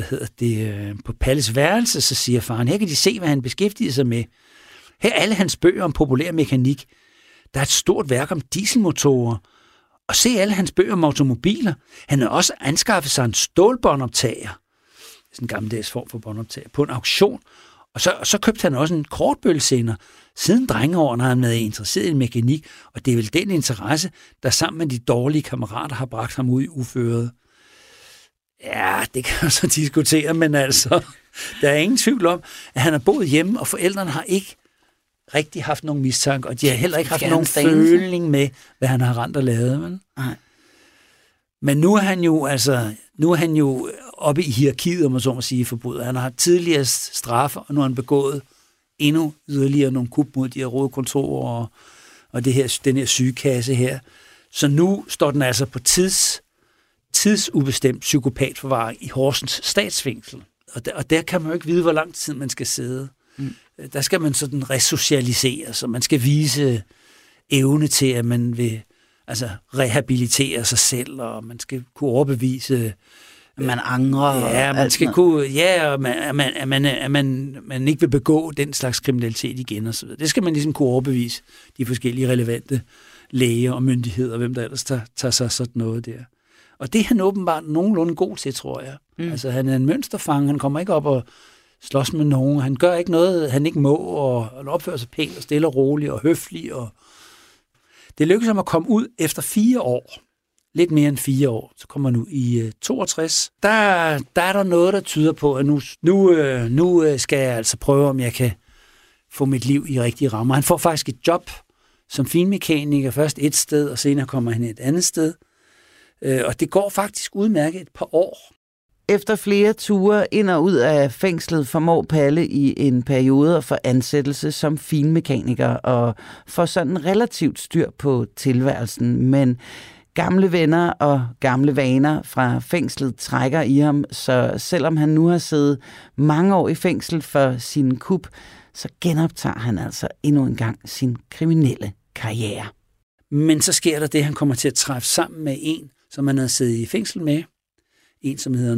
på Palles værelse, så siger faren, her kan de se, hvad han beskæftiger sig med. Her er alle hans bøger om populær mekanik. Der er et stort værk om dieselmotorer, og se alle hans bøger om automobiler. Han har også anskaffet sig en stålbåndoptager, sådan en gammeldags form for båndoptager, på en auktion. Og så købte han også en kortbølgesender. Siden drengeårene har han været interesseret i mekanik, og det er vel den interesse, der sammen med de dårlige kammerater har bragt ham ud i uføret. Ja, det kan man så diskutere, men altså, der er ingen tvivl om, at han har boet hjemme, og forældrene har ikke rigtig haft nogen mistanke, og de har heller ikke haft nogen føling med, hvad han har rent og lavet. Men? Nej. Men nu er han jo oppe i hierarkiet, om man så må sige, forbryder. Han har tidligere straffe, og nu har han begået endnu yderligere nogle kup mod de her røde kontorer og den her sygekasse her. Så nu står den altså på tidsubestemt psykopatforvaring i Horsens statsfængsel. Og der kan man jo ikke vide, hvor lang tid man skal sidde. Mm. Der skal man sådan resocialisere, så man skal vise evne til, at man vil rehabilitere sig selv, og man skal kunne overbevise, man angrer. Ja, man skal kunne, at man ikke vil begå den slags kriminalitet igen og så videre. Det skal man ligesom kunne overbevise de forskellige relevante læger og myndigheder, hvem der ellers tager sig sådan noget der. Og det er han åbenbart nogenlunde god til, tror jeg. Mm. Altså, han er en mønsterfang, han kommer ikke op og slås med nogen, han gør ikke noget, han ikke må, og han opfører sig pænt og stille og roligt og høflig. Og det lykkedes ham at komme ud efter 4 år. Lidt mere end 4 år. Så kommer han ud i 62. Der er der noget, der tyder på, at nu skal jeg altså prøve, om jeg kan få mit liv i rigtige rammer. Han får faktisk et job som finmekaniker, først et sted, og senere kommer han et andet sted. Og det går faktisk udmærket et par år. Efter flere ture ind og ud af fængslet formår Palle i en periode at få ansættelse som finmekaniker og får sådan relativt styr på tilværelsen. Men gamle venner og gamle vaner fra fængslet trækker i ham, så selvom han nu har siddet mange år i fængsel for sin kup, så genoptager han altså endnu en gang sin kriminelle karriere. Men så sker der det, at han kommer til at træffe sammen med en, som han havde siddet i fængsel med. En, som hedder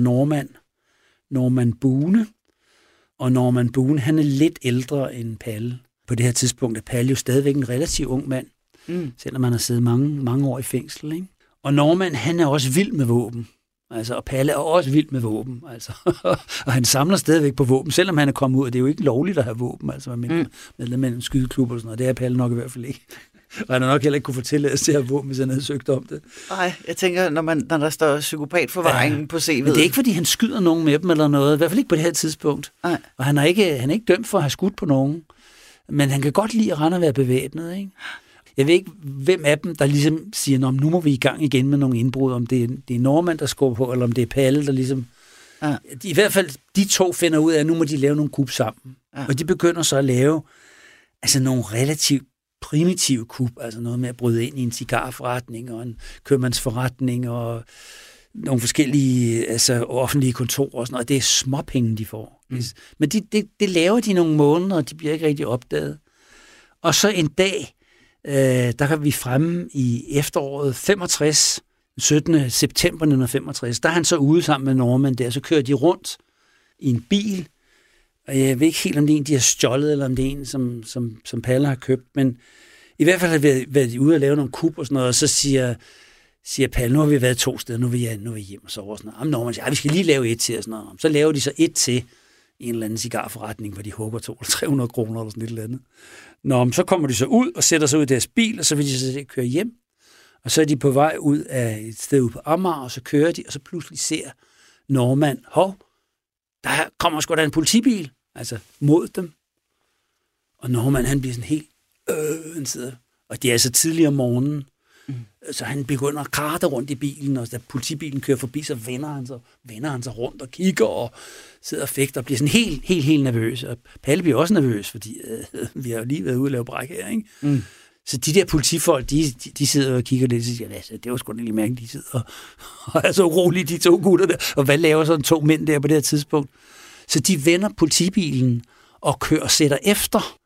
Norman Bune. Og Norman Bune, han er lidt ældre end Palle. På det her tidspunkt er Palle jo stadigvæk en relativt ung mand, selvom han har siddet mange år i fængsel. Ikke? Og Norman, han er også vild med våben. Altså, og Palle er også vild med våben. Altså. Og han samler stadigvæk på våben, selvom han er kommet ud. Og det er jo ikke lovligt at have våben, altså medlem af en skydeklub og sådan noget. Det er Palle nok i hvert fald ikke. Og han har nok heller ikke kunne få tilladelse til at have våben, hvis han havde søgt om det. Nej, jeg tænker, når der står psykopatforvaringen på CV'et. Men det er ikke, fordi han skyder nogen med dem eller noget. I hvert fald ikke på det her tidspunkt. Nej. Og han er ikke dømt for at have skudt på nogen. Men han kan godt lide at rende og være bevæbnet, ikke? Jeg ved ikke, hvem af dem, der ligesom siger, nu må vi i gang igen med nogle indbrud, om det er Norman, der skubber på, eller om det er Palle, der ligesom... Ja. I hvert fald, de to finder ud af, at nu må de lave nogle kup sammen. Ja. Og de begynder så at lave nogle relativt primitive kup, altså noget med at bryde ind i en cigarforretning og en købmandsforretning og nogle forskellige offentlige kontorer og sådan noget. Det er småpenge, de får. Men det laver de nogle måneder, og de bliver ikke rigtig opdaget. Og så en dag, der kan vi fremme i efteråret 65, 17. september 1965, der er han så ude sammen med Norman der, så kører de rundt i en bil, og jeg ved ikke helt, om det er en, de har stjålet, eller om det er en, som Palle har købt, men i hvert fald har vi været ude og lave nogle kup og sådan noget, og så siger Palle, nu har vi været 2 steder, nu er vi hjem og sover og sådan noget. Norman siger, vi skal lige lave et til og sådan noget. Så laver de så et til i en eller anden cigarforretning, hvor de hugger 200-300 kroner eller sådan et eller andet. Nå, så kommer de så ud og sætter sig ud i deres bil, og så vil de så køre hjem. Og så er de på vej ud af et sted ude på Amager, og så kører de, og så pludselig ser Norman, der kommer sgu da en politibil, altså mod dem. Og Norman, han bliver sådan helt, han sidder, og det er så tidligere om morgenen, så han begynder at karte rundt i bilen, og da politibilen kører forbi, så vender han sig rundt og kigger og sidder og fægter og bliver sådan helt nervøs. Og Palle bliver også nervøs, fordi vi har jo lige været ude og lave bræk her, ikke? Så de der politifolk, de sidder og kigger lidt og siger, det var sgu da lige mærkeligt, de sidder og er så urolige, de 2 gutter der, og hvad laver sådan 2 mænd der på det her tidspunkt? Så de vender politibilen og kører og sætter efter.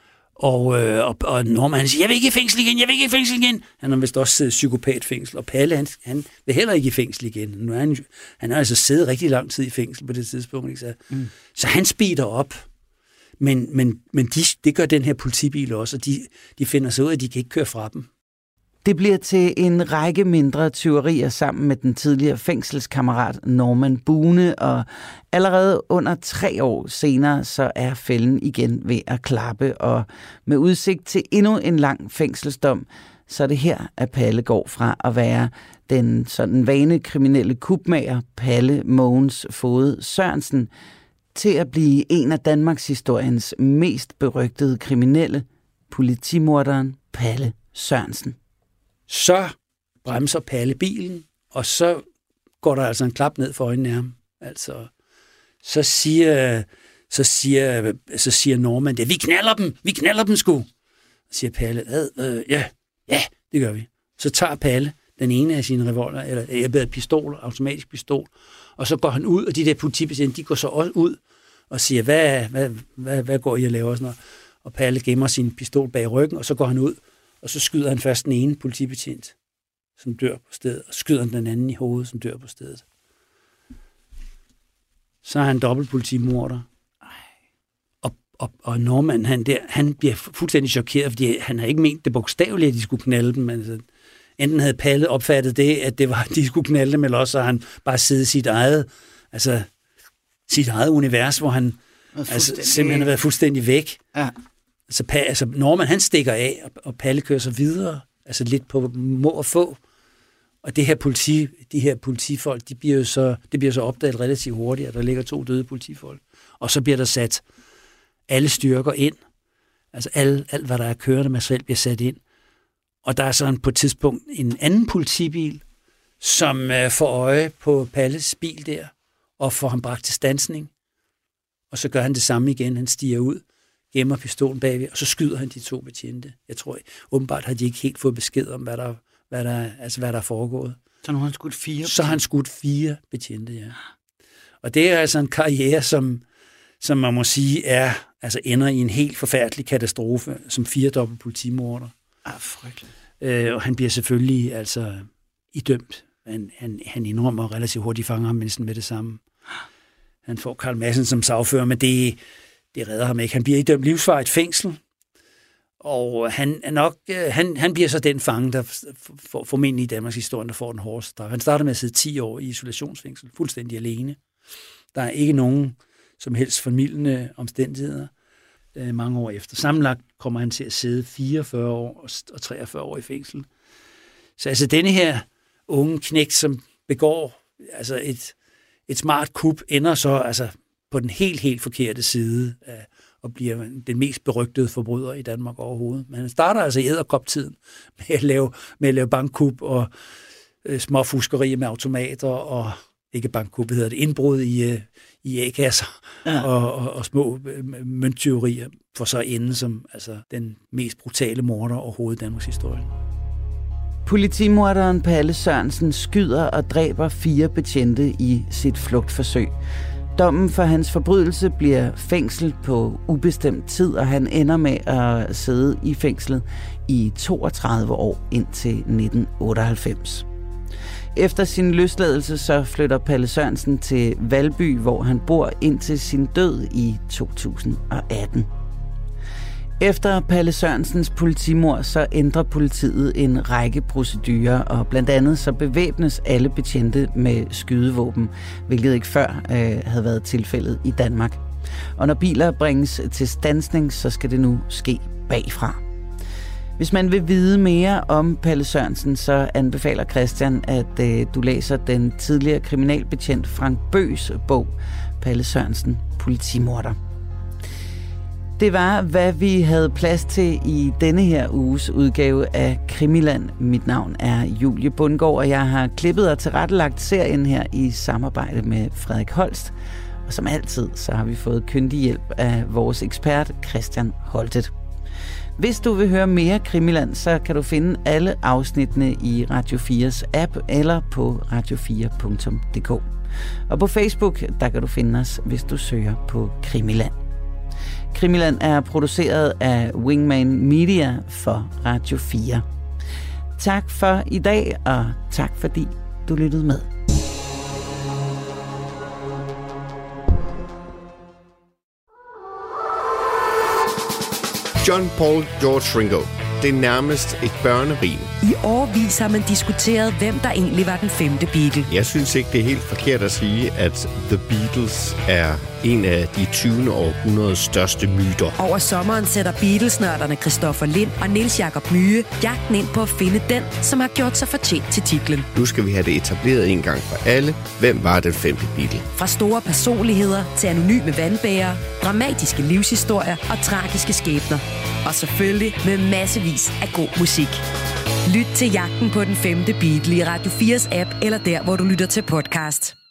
Og Norman, han siger, jeg vil ikke i fængsel igen. Han har vist også siddet i psykopatfængsel, og Palle, han vil heller ikke i fængsel igen. Nu er han har altså siddet rigtig lang tid i fængsel på det tidspunkt, ikke? Så han speeder op. Men det gør den her politibil også, og de finder sig ud af, at de kan ikke køre fra dem. Det bliver til en række mindre tyverier sammen med den tidligere fængselskammerat Norman Bune, og allerede under 3 år senere, så er fælden igen ved at klappe, og med udsigt til endnu en lang fængselsdom, så er det her, at Palle går fra at være den sådan vanekriminelle kupmager Palle Mogens Foged Sørensen, til at blive en af Danmarks historiens mest berygtede kriminelle, politimorderen Palle Sørensen. Så bremser Palle bilen, og så går der altså en klap ned for øjnene af ham. Altså, så siger Norman, vi knalder dem sgu. Så siger Palle, ja, det gør vi. Så tager Palle den ene af sine revolver, eller pistol, automatisk pistol, og så går han ud, og de der politibetjente, de går så også ud og siger, hvad går I og laver? Sådan noget. Og Palle gemmer sin pistol bag ryggen, og så går han ud, og så skyder han først den ene politibetjent, som dør på stedet, og skyder han den anden i hovedet, som dør på stedet. Så er han dobbeltpolitimorder. Og Norman, han bliver fuldstændig chokeret, fordi han har ikke ment det bogstaveligt, at de skulle knalde dem. Altså, enten havde Palle opfattet det, at det var, at de skulle knalde dem, eller også har han bare siddet i sit eget univers, hvor han simpelthen har været fuldstændig væk. Ja. Altså Norman, han stikker af, og Palle kører så videre, altså lidt på må og få. Og de her politifolk, det bliver så opdaget relativt hurtigt, at der ligger 2 døde politifolk. Og så bliver der sat alle styrker ind. Altså alt hvad der er kørende materiel, bliver sat ind. Og der er sådan på et tidspunkt en anden politibil, som får øje på Palles bil der, og får ham bragt til standsning. Og så gør han det samme igen. Han stiger ud, gemmer pistolen bagved, og så skyder han de 2 betjente. Jeg tror, åbenbart har de ikke helt fået besked om, hvad der er foregået. Så nu har han skudt 4? Så har han skudt 4 betjente, ja. Og det er altså en karriere, som man må sige ender i en helt forfærdelig katastrofe, som 4-dobbelt politimorder. Frygteligt. Og han bliver selvfølgelig altså idømt. Han indrømmer relativt hurtigt, fanger ham næsten med det samme. Han får Carl Madsen som sagfører, men det redder ham ikke. Han bliver idømt livsvarigt fængsel, og han bliver så den fange, der formentlig i Danmarks historie, der får den hårdeste straf. Han starter med at sidde 10 år i isolationsfængsel, fuldstændig alene. Der er ikke nogen som helst formildende omstændigheder mange år efter. Sammenlagt kommer han til at sidde 44 år og 43 år i fængsel. Så altså denne her unge knægt, som begår altså et smart kup, ender så altså på den helt forkerte side og bliver den mest berygtede forbryder i Danmark overhovedet. Men han starter altså i edderkoptiden med at lave bankkup og småfuskeri med automater og ikke bankkup, hedder det, indbrud i A-kasser og små mønttyverier, for så at ende som altså den mest brutale morder overhovedet i Danmarks historie. Politimorderen Palle Sørensen skyder og dræber 4 betjente i sit flugtforsøg. Dommen for hans forbrydelse bliver fængsel på ubestemt tid, og han ender med at sidde i fængslet i 32 år indtil 1998. Efter sin løsladelse så flytter Palle Sørensen til Valby, hvor han bor indtil sin død i 2018. Efter Palle Sørensens politimord så ændrer politiet en række procedurer, og blandt andet så bevæbnes alle betjente med skydevåben, hvilket ikke før havde været tilfældet i Danmark. Og når biler bringes til standsning, så skal det nu ske bagfra. Hvis man vil vide mere om Palle Sørensen, så anbefaler Christian, at du læser den tidligere kriminalbetjent Frank Bøs bog, Palle Sørensen, politimorder. Det var, hvad vi havde plads til i denne her uges udgave af Krimiland. Mit navn er Julie Bundgaard, og jeg har klippet og tilrettelagt serien her i samarbejde med Frederik Holst. Og som altid, så har vi fået kyndig hjælp af vores ekspert Christian Holtet. Hvis du vil høre mere Krimiland, så kan du finde alle afsnittene i Radio 4's app eller på radio4.dk. Og på Facebook, der kan du finde os, hvis du søger på Krimiland. Krimiland er produceret af Wingman Media for Radio 4. Tak for i dag, og tak fordi du lyttede med. John Paul George Ringo. Det er nærmest et børnerim. I årevis har man diskuteret, hvem der egentlig var den femte Beatle. Jeg synes ikke, det er helt forkert at sige, at The Beatles er en af de 20. århundredes største myter. Over sommeren sætter Beatles-nørderne Christoffer Lind og Niels Jakob Myhe jagten ind på at finde den, som har gjort sig fortjent til titlen. Nu skal vi have det etableret en gang for alle. Hvem var den femte Beatle? Fra store personligheder til anonyme vandbærere, dramatiske livshistorier og tragiske skæbner. Og selvfølgelig med massevis af god musik. Lyt til jagten på den femte Beatle i Radio 4's app eller der, hvor du lytter til podcast.